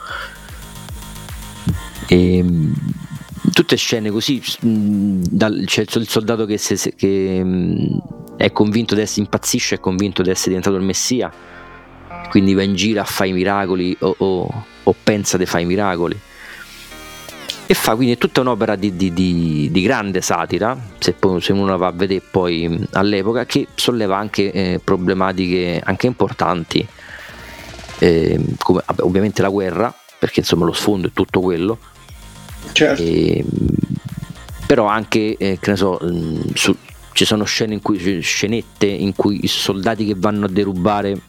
E tutte scene così, dal, c'è il soldato che, se, che è convinto di essere, impazzisce, è convinto di essere diventato il messia, quindi va in giro a fare i miracoli o, o, o pensa di fare i miracoli, e fa quindi è tutta un'opera di, di, di, di grande satira, se, poi, se uno la va a vedere poi all'epoca, che solleva anche eh, problematiche anche importanti, eh, come vabbè, ovviamente la guerra, perché insomma lo sfondo è tutto quello. Certo. E, però anche eh, che ne so, su, ci sono scene in cui, scenette in cui i soldati che vanno a derubare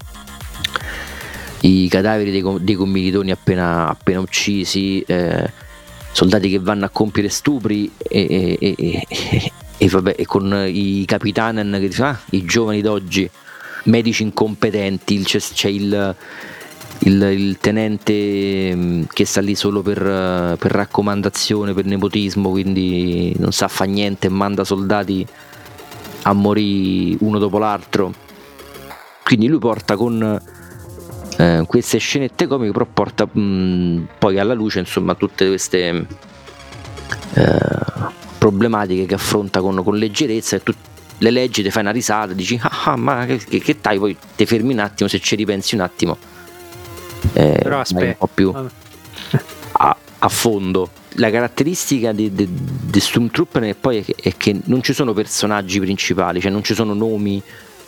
i cadaveri dei, dei commilitoni appena, appena uccisi, eh, soldati che vanno a compiere stupri e, e, e, e, e, vabbè, e con i capitanen che dicono ah, i giovani d'oggi, medici incompetenti, il, c'è, c'è il Il, il tenente che sta lì solo per, per raccomandazione, per nepotismo, quindi non sa fa niente e manda soldati a morire uno dopo l'altro. Quindi lui porta con eh, queste scenette comiche, però porta mh, poi alla luce, insomma, tutte queste eh, problematiche che affronta con, con leggerezza, e tu le leggi, ti fai una risata, dici ah, ah ma che, che, che tai, poi ti fermi un attimo, se ci ripensi un attimo. Eh, però aspetta, un po' più a, a fondo. La caratteristica di, di, di Stormtrooper è poi è che, è che non ci sono personaggi principali, cioè non ci sono nomi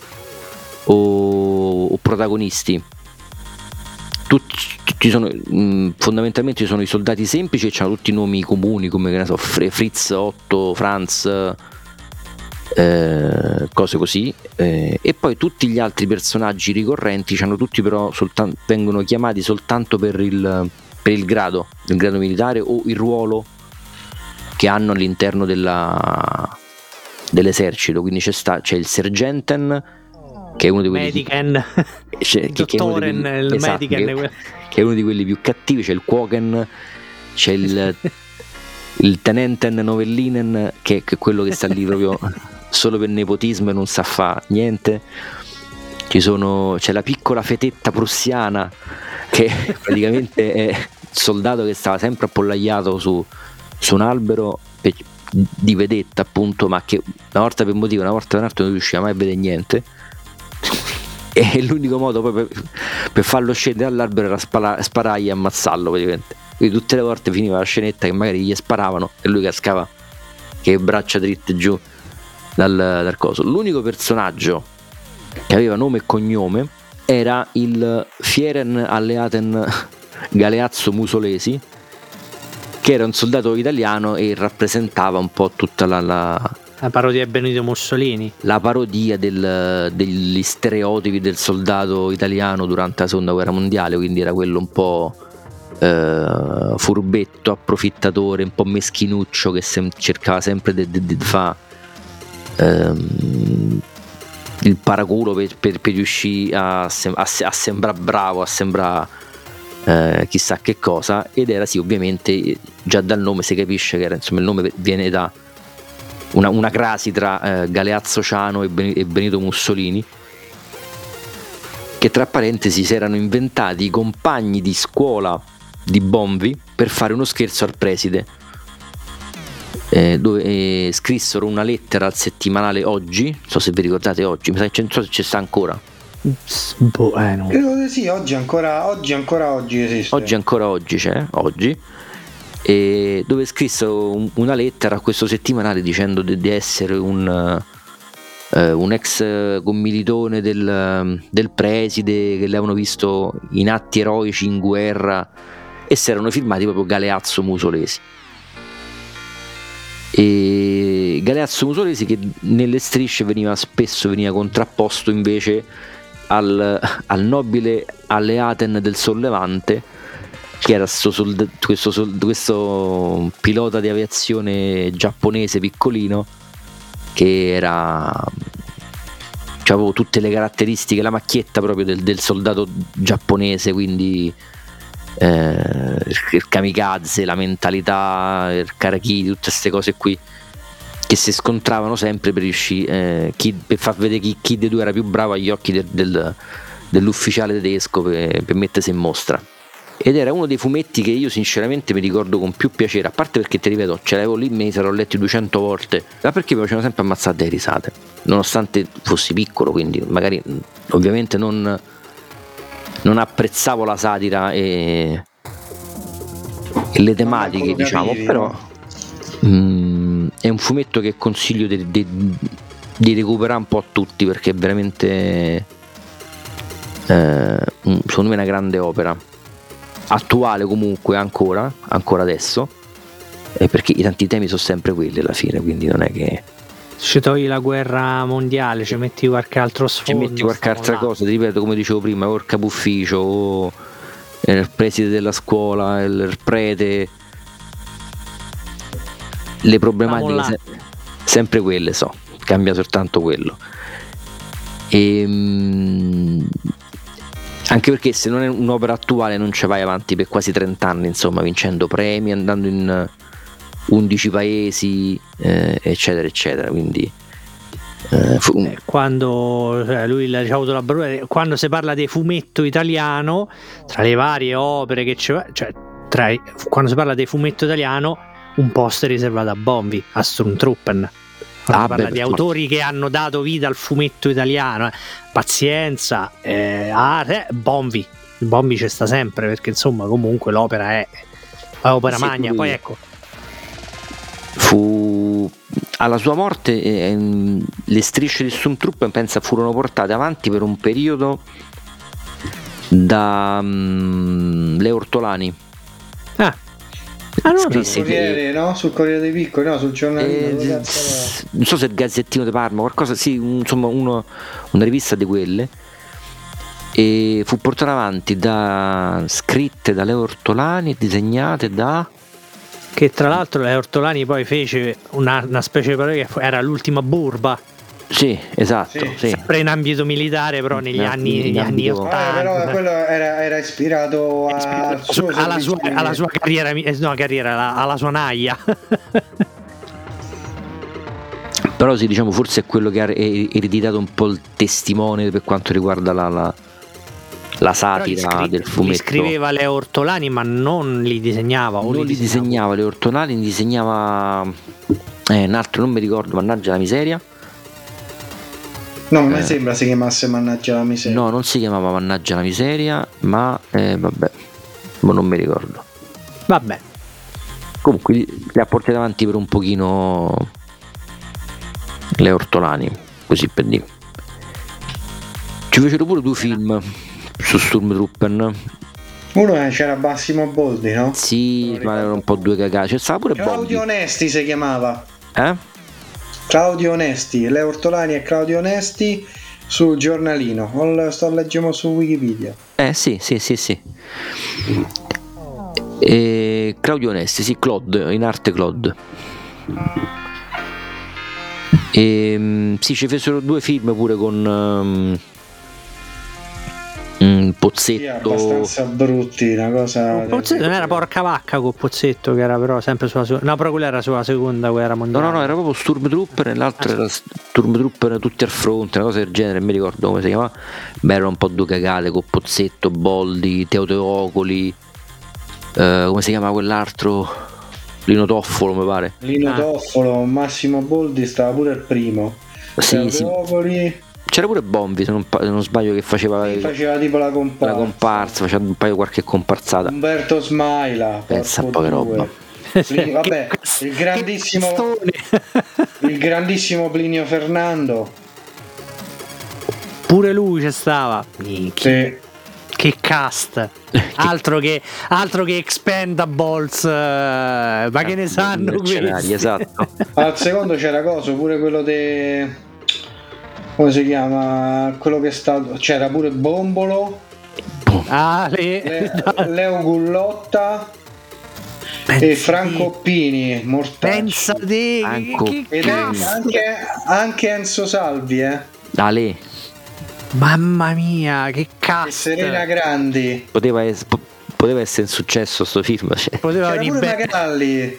o, o protagonisti. Tutti, ci sono, mh, fondamentalmente ci sono i soldati semplici e hanno tutti i nomi comuni, come che ne so, Fritz, Otto, Franz, Eh, cose così, eh, e poi tutti gli altri personaggi ricorrenti hanno tutti però soltanto, vengono chiamati soltanto per il, per il grado il grado militare o il ruolo che hanno all'interno della, dell'esercito. Quindi c'è, sta, c'è il sergenten, che è uno di quelli Medican, c'è, il dottoren, quelli, il esatto, Medican, che, che è uno di quelli più cattivi. C'è il Kwoken, c'è il il tenenten Novellinen, che, che è quello che sta lì proprio solo per nepotismo e non sa fa niente. Ci sono, c'è la piccola fetetta prussiana, che praticamente è il soldato che stava sempre appollaiato su, su un albero per, di vedetta, appunto, ma che una volta per un motivo, una volta per un altro non riusciva mai a vedere niente. E l'unico modo poi per, per farlo scendere dall'albero era spara, sparargli e ammazzarlo praticamente. Quindi tutte le volte finiva la scenetta che magari gli sparavano e lui cascava che braccia dritte giù dal, dal coso. L'unico personaggio che aveva nome e cognome era il Fieren Alleaten Galeazzo Musolesi, che era un soldato italiano e rappresentava un po' tutta la, la La parodia di Benito Mussolini. La parodia del, degli stereotipi del soldato italiano durante la seconda guerra mondiale, quindi era quello un po' eh, furbetto, approfittatore, un po' meschinuccio, che sem- cercava sempre di fare ehm, il paraculo per, per, per riuscire a, sem- a, a sembrare bravo, a sembrare eh, chissà che cosa. Ed era, sì, ovviamente già dal nome si capisce che era, insomma, il nome viene da Una, una crasi tra eh, Galeazzo Ciano e, ben, e Benito Mussolini, che tra parentesi si erano inventati i compagni di scuola di Bonvi per fare uno scherzo al preside, eh, dove eh, scrissero una lettera al settimanale Oggi, non so se vi ricordate Oggi, mi sa che non so se ci sta ancora. Boh, eh, no. Credo che sì, oggi ancora oggi ancora oggi esiste. Oggi ancora oggi c'è, oggi. E dove scrissero una lettera a questo settimanale dicendo di essere un, uh, un ex commilitone del, del preside, che l'avevano visto in atti eroici in guerra, e si erano firmati proprio Galeazzo Musolesi. E Galeazzo Musolesi, che nelle strisce veniva spesso veniva contrapposto invece al, al nobile Alleaten del Sollevante, che era sto solda- questo, solda- questo pilota di aviazione giapponese piccolino, che era, cioè, avevo tutte le caratteristiche, la macchietta proprio del, del soldato giapponese, quindi eh, il kamikaze, la mentalità, il karakiri, tutte queste cose qui che si scontravano sempre per riuscire eh, chi, per far vedere chi, chi dei due era più bravo agli occhi del, del, dell'ufficiale tedesco, per, per mettersi in mostra. Ed era uno dei fumetti che io sinceramente mi ricordo con più piacere, a parte perché, ti ripeto, ce l'avevo lì, me li sarò letti duecento volte, ma perché mi facevano sempre ammazzare delle risate, nonostante fossi piccolo, quindi magari ovviamente non, non apprezzavo la satira e, e le tematiche, diciamo, capivi, però no? mh, è un fumetto che consiglio di, di, di recuperare un po' a tutti, perché è veramente eh, secondo me una grande opera, attuale comunque ancora ancora adesso, eh, perché i tanti temi sono sempre quelli alla fine, quindi non è che ci togli la guerra mondiale, ci metti qualche altro sfondo, ci metti qualche altra là. cosa, ti ripeto, come dicevo prima, o il capo ufficio o il preside della scuola, il prete, le problematiche se- sempre quelle, so, cambia soltanto quello. E mh, anche perché se non è un'opera attuale non ci vai avanti per quasi trenta anni, insomma, vincendo premi, andando in undici paesi, eh, eccetera eccetera, quindi eh, fu un... quando cioè, lui ha avuto la bravura, quando si parla di fumetto italiano, tra le varie opere che c'è, cioè tra i, quando si parla di fumetto italiano, un posto riservato a Bonvi, a Stormtrooper. Ah, parla beh, di autori che hanno dato vita al fumetto italiano, eh. Pazienza, eh, ah, eh, Bonvi, Bonvi ci sta sempre, perché insomma comunque l'opera è l'opera sì, magna. Poi ecco, fu alla sua morte eh, le strisce di Stormtrooper pensa furono portate avanti per un periodo da um, Leo Ortolani. Ah. Ah, no, sul Corriere, che... no? Sul Corriere dei Piccoli, no? Sul giornalino, eh, non so se il Gazzettino di Parma, qualcosa, sì, insomma uno, una rivista di quelle, e fu portata avanti da scritte da Leo Ortolani, disegnate da, che tra l'altro Leo Ortolani poi fece una, una specie di parodia che era l'ultima burba. Sì, esatto, sì. Sì. Sempre in ambito militare, però negli no, anni, negli anni ottanta. Eh, però quello era, era ispirato a, al suo alla, sua, servizio- alla sua carriera, eh, no, carriera alla, alla sua naia. Però sì, diciamo, forse è quello che ha ereditato un po' il testimone per quanto riguarda la, la, la satira Però li scri- del fumetto. Li scriveva Leo Ortolani, ma non li disegnava. O Non li disegnava Leo Ortolani, li disegnava eh, un altro, non mi ricordo, mannaggia la miseria. No, a me Eh. sembra si chiamasse Mannaggia la miseria. No, non si chiamava mannaggia la miseria, ma eh, vabbè, ma non mi ricordo. Vabbè. Comunque li li ha portati avanti per un pochino Leo Ortolani, così per dire. Ci fecero pure due film su Stormtrooper. Uno eh, c'era Massimo Boldi, no? Sì, ma erano un po' due cagate. C'è stava pure Claudio Bobby. Onesti si chiamava. Eh? Claudio Onesti, Leo Ortolani e Claudio Onesti sul giornalino. Lo sto leggendo su Wikipedia. Eh sì, sì, sì, sì. E Claudio Onesti, sì, Claude, in arte Claude. E, mm, sì, ci fecero due film pure con um, mm, Sì, Pozzetto. abbastanza brutti, una cosa. Pozzetto non era Porca Vacca con Pozzetto, che era però sempre sulla sua. No, però quella era sulla seconda guerra No, mondiale. no, no, era proprio Stormtrooper e l'altro era Stormtrooper tutti al fronte, una cosa del genere, non mi ricordo come si chiama. Beh, erano un po' due cagate con Pozzetto, Boldi, Teo Teocoli, eh, come si chiama quell'altro? Lino Toffolo, mi pare. Lino Ah. Toffolo, Massimo Boldi stava pure il primo. Sì, sì. Teodori C'era pure Bombi, se non, pa- se non sbaglio, che faceva faceva tipo la comparsa. la comparsa, faceva un paio qualche comparsata. Umberto Smaila. Pensa un porco po' che due. roba. Pli- vabbè, Che- il grandissimo che castone. il grandissimo Plinio Fernando. Pure lui c'è stava. Minchia, Sì. che cast. Altro che, altro che Expendables. eh, ma che ne sanno Mercenari, questi? esatto. Al secondo c'era coso, pure quello de come si chiama? Quello che è stato. C'era pure Bombolo, Ah, le... Le- Leo Gullotta e Franco Pini, mortacci. Pensa te, Franco che, che Ed è cazzo. anche, anche Enzo Salvi, eh? Ale, Mamma mia, che E cazzo. Serena Grandi. poteva, es- po- poteva essere un successo sto film. Cioè. Poteva C'era venire pure bene. Magalli.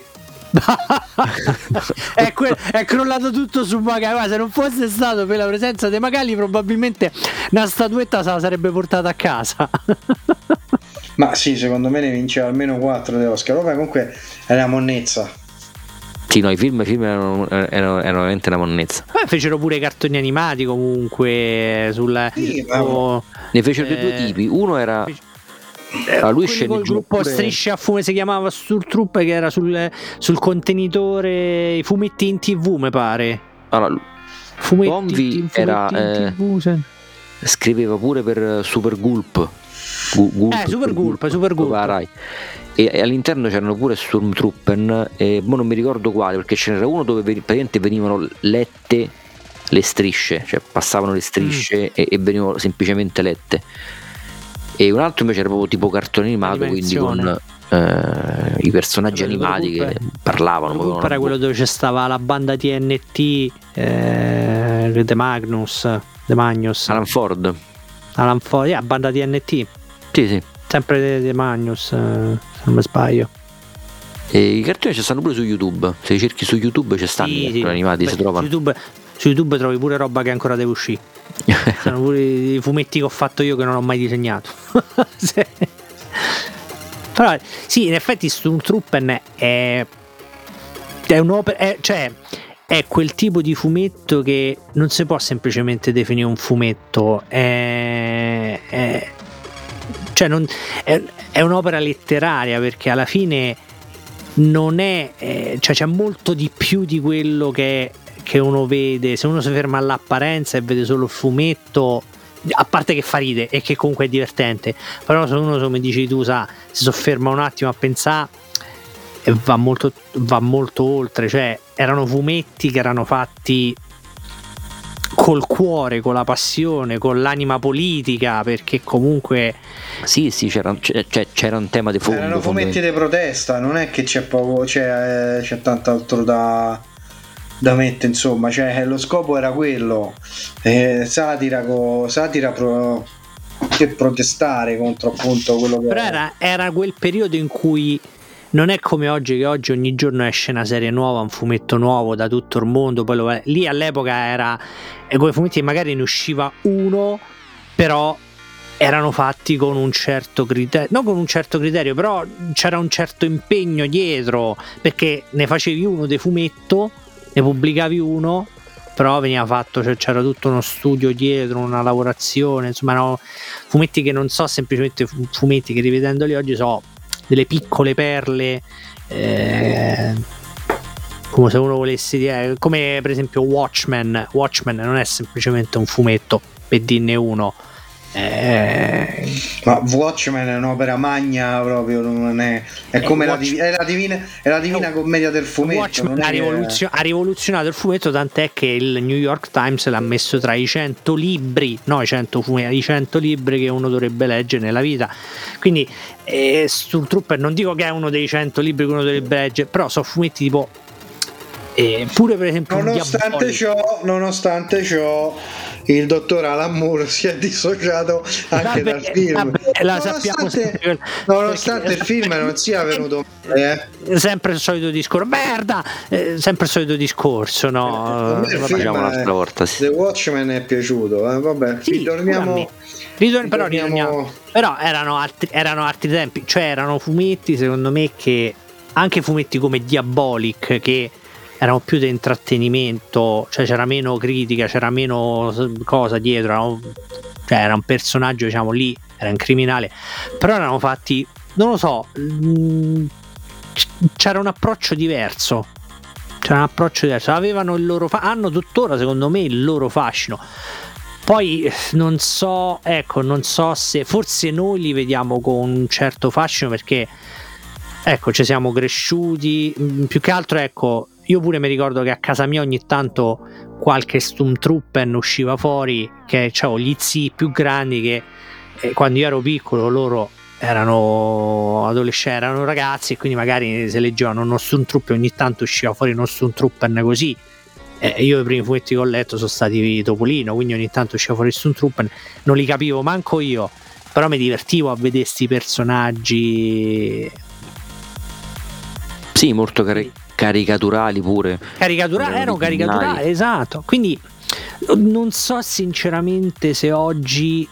è, que- è crollato tutto su Magali. Guarda, se non fosse stato per la presenza di Magali, probabilmente una statuetta se la sarebbe portata a casa. Ma sì, secondo me ne vinceva almeno quattro di Oscar. Vabbè, comunque è una monnezza. Sì, no, i film, i film erano, erano, erano veramente una monnezza. Poi fecero pure cartoni animati comunque sul Sì, ma- o- Ne fecero di Eh, due tipi. Uno era. eh, Ah, lui quelli scende col giù gruppo pure- Strisce a Fume, si chiamava Stormtrooper, che era sul, sul contenitore, i fumetti in tv mi pare. Allora, Fumetti, Bonvi fumetti era, in eh, TV, se- scriveva pure per Super Gulp. Gu- Gulp, Eh, Super Gulp, Super Gulp. la Rai. E, e all'interno c'erano pure Stormtrooper, e mo non mi ricordo quale, perché ce n'era uno dove veni- praticamente venivano lette le strisce, cioè passavano le strisce e, e venivano semplicemente lette. E un altro invece era proprio tipo cartone animato, quindi con dimensione. eh, i personaggi Super animati Gulp che è- parlavano. Super muovevano Gulp era la quello bocca. dove c'è stava la banda T N T, eh, The Magnus, The Magnus, Alan Ford. Alan Ford, yeah, banda T N T, Sì, sì. sempre The, The Magnus, eh, se non mi sbaglio. E i cartoni ci stanno pure su YouTube. Se cerchi su YouTube ci stanno i Sì, sì. cartoni animati, Beh, si trovano. Su YouTube, su YouTube trovi pure roba che ancora deve uscire. Sono pure i fumetti che ho fatto io che non ho mai disegnato. Sì. Però sì, in effetti Stormtrooper è è un'opera, è, cioè è quel tipo di fumetto che non si può semplicemente definire un fumetto, è, è, cioè non, è, è un'opera letteraria, perché alla fine non è, eh, cioè c'è molto di più di quello che, che uno vede. Se uno si ferma all'apparenza e vede solo il fumetto, a parte che fa ride e che comunque è divertente, però se uno, come dici tu, sa, si sofferma un attimo a pensare, e va molto, va molto oltre. Cioè erano fumetti che erano fatti col cuore, con la passione, con l'anima politica, perché comunque Sì, sì, c'era, c'è- c'è- c'era un tema di fondo. Erano fumetti di protesta, non è che c'è poco, c'è, c'è tant'altro da, da mettere, insomma, cioè lo scopo era quello, eh, satira, co, satira pro, per protestare contro appunto quello che però era, era quel periodo in cui non è come oggi, che oggi ogni giorno esce una serie nuova, un fumetto nuovo da tutto il mondo. Poi lo, lì all'epoca era quei fumetti che magari ne usciva uno, però erano fatti con un certo criterio, non con un certo criterio, però c'era un certo impegno dietro, perché ne facevi uno di fumetto, ne pubblicavi uno, però veniva fatto, cioè c'era tutto uno studio dietro, una lavorazione, insomma erano fumetti che non so semplicemente fumetti che rivedendoli oggi so delle piccole perle, eh, come se uno volesse dire, come per esempio Watchmen. Watchmen non è semplicemente un fumetto, per dirne uno. Eh... Ma Watchmen è un'opera magna proprio, non è, è come eh, la, Watch... div- è la divina, è la divina commedia del fumetto. Watchmen ha, rivoluzio- che... ha rivoluzionato il fumetto, tant'è che il New York Times l'ha messo tra i cento libri, no i cento fumetti, i cento libri che uno dovrebbe leggere nella vita. Quindi eh, Stormtrooper non dico che è uno dei cento libri che uno dovrebbe leggere, però sono fumetti tipo eh, pure per esempio nonostante ciò, nonostante ciò il dottor Alan Moore si è dissociato anche vabbè, dal film vabbè, la nonostante, sappiamo nonostante perché, il film non sia venuto male, eh. sempre il solito discorso, merda, eh, sempre il solito discorso, no? Eh, il film è, volta, sì. The Watchmen è piaciuto, eh? Vabbè, sì, ritorniamo, ritorniamo, però, ritorniamo. però erano altri, erano altri tempi, cioè erano fumetti secondo me che anche fumetti come Diabolic che erano più di intrattenimento, cioè c'era meno critica, c'era meno cosa dietro, era un, cioè era un personaggio, diciamo, lì era un criminale, però erano fatti, non lo so, mh, c'era un approccio diverso, c'era un approccio diverso, avevano il loro fa- hanno tuttora secondo me il loro fascino. Poi non so, ecco, non so se forse noi li vediamo con un certo fascino perché ecco, ci siamo cresciuti, più che altro, ecco, io pure mi ricordo che a casa mia ogni tanto qualche Stormtrooper usciva fuori, che c'avevo gli zii più grandi che eh, quando io ero piccolo loro erano adolescenti, erano ragazzi e quindi magari se leggevano uno Stormtrooper ogni tanto usciva fuori uno Stormtrooper così. Eh, io i primi fumetti che ho letto sono stati Topolino, quindi ogni tanto usciva fuori Stormtrooper, non li capivo manco io, però mi divertivo a vedere questi personaggi. Sì, molto cari- caricaturali pure. Caricaturali, erano caricaturali, esatto. Quindi non so sinceramente se oggi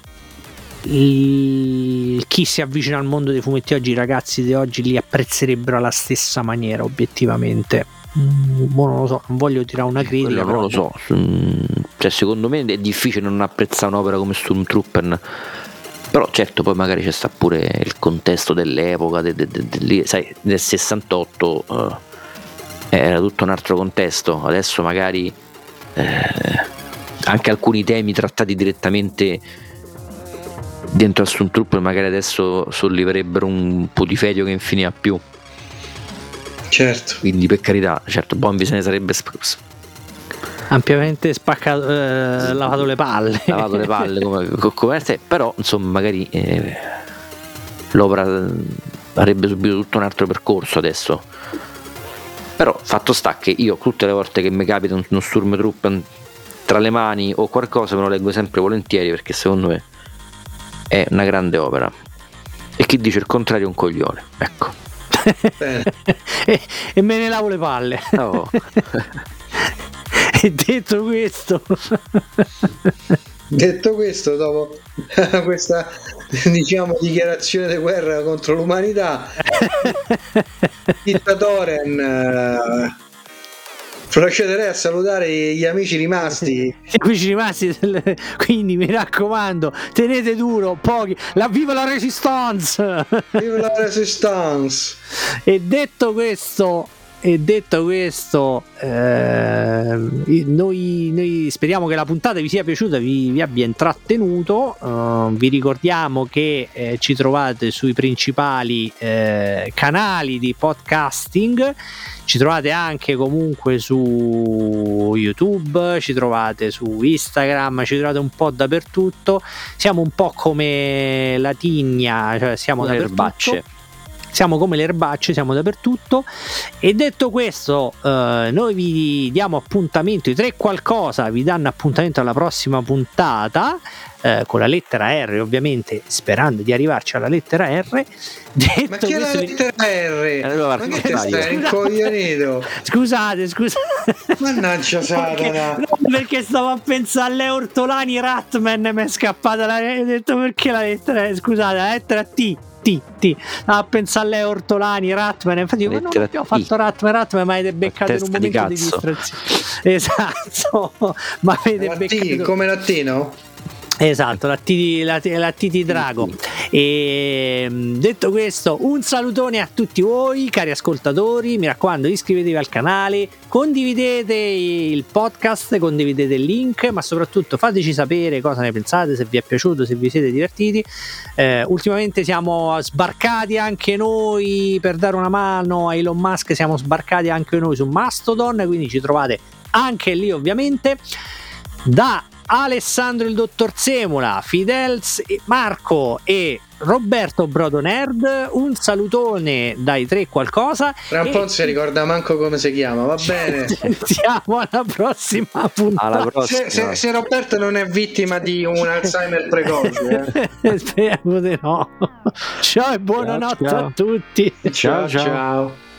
il, chi si avvicina al mondo dei fumetti oggi, i ragazzi di oggi li apprezzerebbero alla stessa maniera, obiettivamente. Mm, boh, non lo so, non voglio tirare una critica. Non lo so, cioè, secondo me è difficile non apprezzare un'opera come Stormtrooper. Però certo poi magari c'è sta pure il contesto dell'epoca, de, de, de, de, sai, nel sessantotto uh, era tutto un altro contesto, adesso magari eh, anche alcuni temi trattati direttamente dentro a Stormtrooper magari adesso solleverebbero un putiferio che infiniva più. Certo. Quindi per carità, certo, Bombi se ne sarebbe sp- ampiamente spaccato, eh, lavato le palle lavato le palle come, come te, però insomma magari eh, l'opera avrebbe subito tutto un altro percorso adesso. Però fatto sta che io tutte le volte che mi capita uno Stormtrooper tra le mani o qualcosa me lo leggo sempre volentieri, perché secondo me è una grande opera e chi dice il contrario è un coglione, ecco. e, e me ne lavo le palle. Oh. E detto questo detto questo dopo questa diciamo dichiarazione di guerra contro l'umanità Dittatoren uh, procederei a salutare gli amici rimasti gli amici rimasti quindi mi raccomando tenete duro, pochi, la viva la resistance, viva la resistance. E detto questo E detto questo, eh, noi, noi speriamo che la puntata vi sia piaciuta, vi, vi abbia intrattenuto. Uh, vi ricordiamo che eh, ci trovate sui principali eh, canali di podcasting, ci trovate anche comunque su YouTube, ci trovate su Instagram, ci trovate un po' dappertutto. Siamo un po' come la tigna, cioè siamo le dappertutto. Erbacce. Siamo come le erbacce, siamo dappertutto. E detto questo, eh, noi vi diamo appunto, i tre qualcosa vi danno appuntamento alla prossima puntata. eh, con la lettera R, ovviamente sperando di arrivarci alla lettera R. Detto ma che è la lettera R? Allora, ma che te stai incoglionito? Scusate, scusate. Mannaggia Satana. Perché, no, perché stavo a pensare alle ortolani Ratman e mi è scappata la, ho detto perché la lettera, scusate, la lettera T. T, T. A pensare alle ortolani Ratman, infatti io non abbiamo fatto Ratman Ratman, ma avete beccato in un momento di, di distrazione. Esatto, ma avete la beccato T, come latino? Esatto, la T, la, la T di Drago. E detto questo, un salutone a tutti voi cari ascoltatori, mi raccomando iscrivetevi al canale, condividete il podcast, condividete il link, ma soprattutto fateci sapere cosa ne pensate, se vi è piaciuto, se vi siete divertiti. Eh, ultimamente siamo sbarcati anche noi per dare una mano a Elon Musk, siamo sbarcati anche noi su Mastodon, quindi ci trovate anche lì ovviamente. Da Alessandro il dottor Semola, Fidels, Marco e Roberto Brodo Nerd, un salutone dai tre qualcosa. Tra un po' non si ricorda manco come si chiama, va bene. Sentiamo alla prossima puntata. Alla prossima. Se, se, se Roberto non è vittima di un Alzheimer precoce, eh. Speriamo di no. Ciao e buonanotte ciao, ciao. a tutti. Ciao ciao. ciao.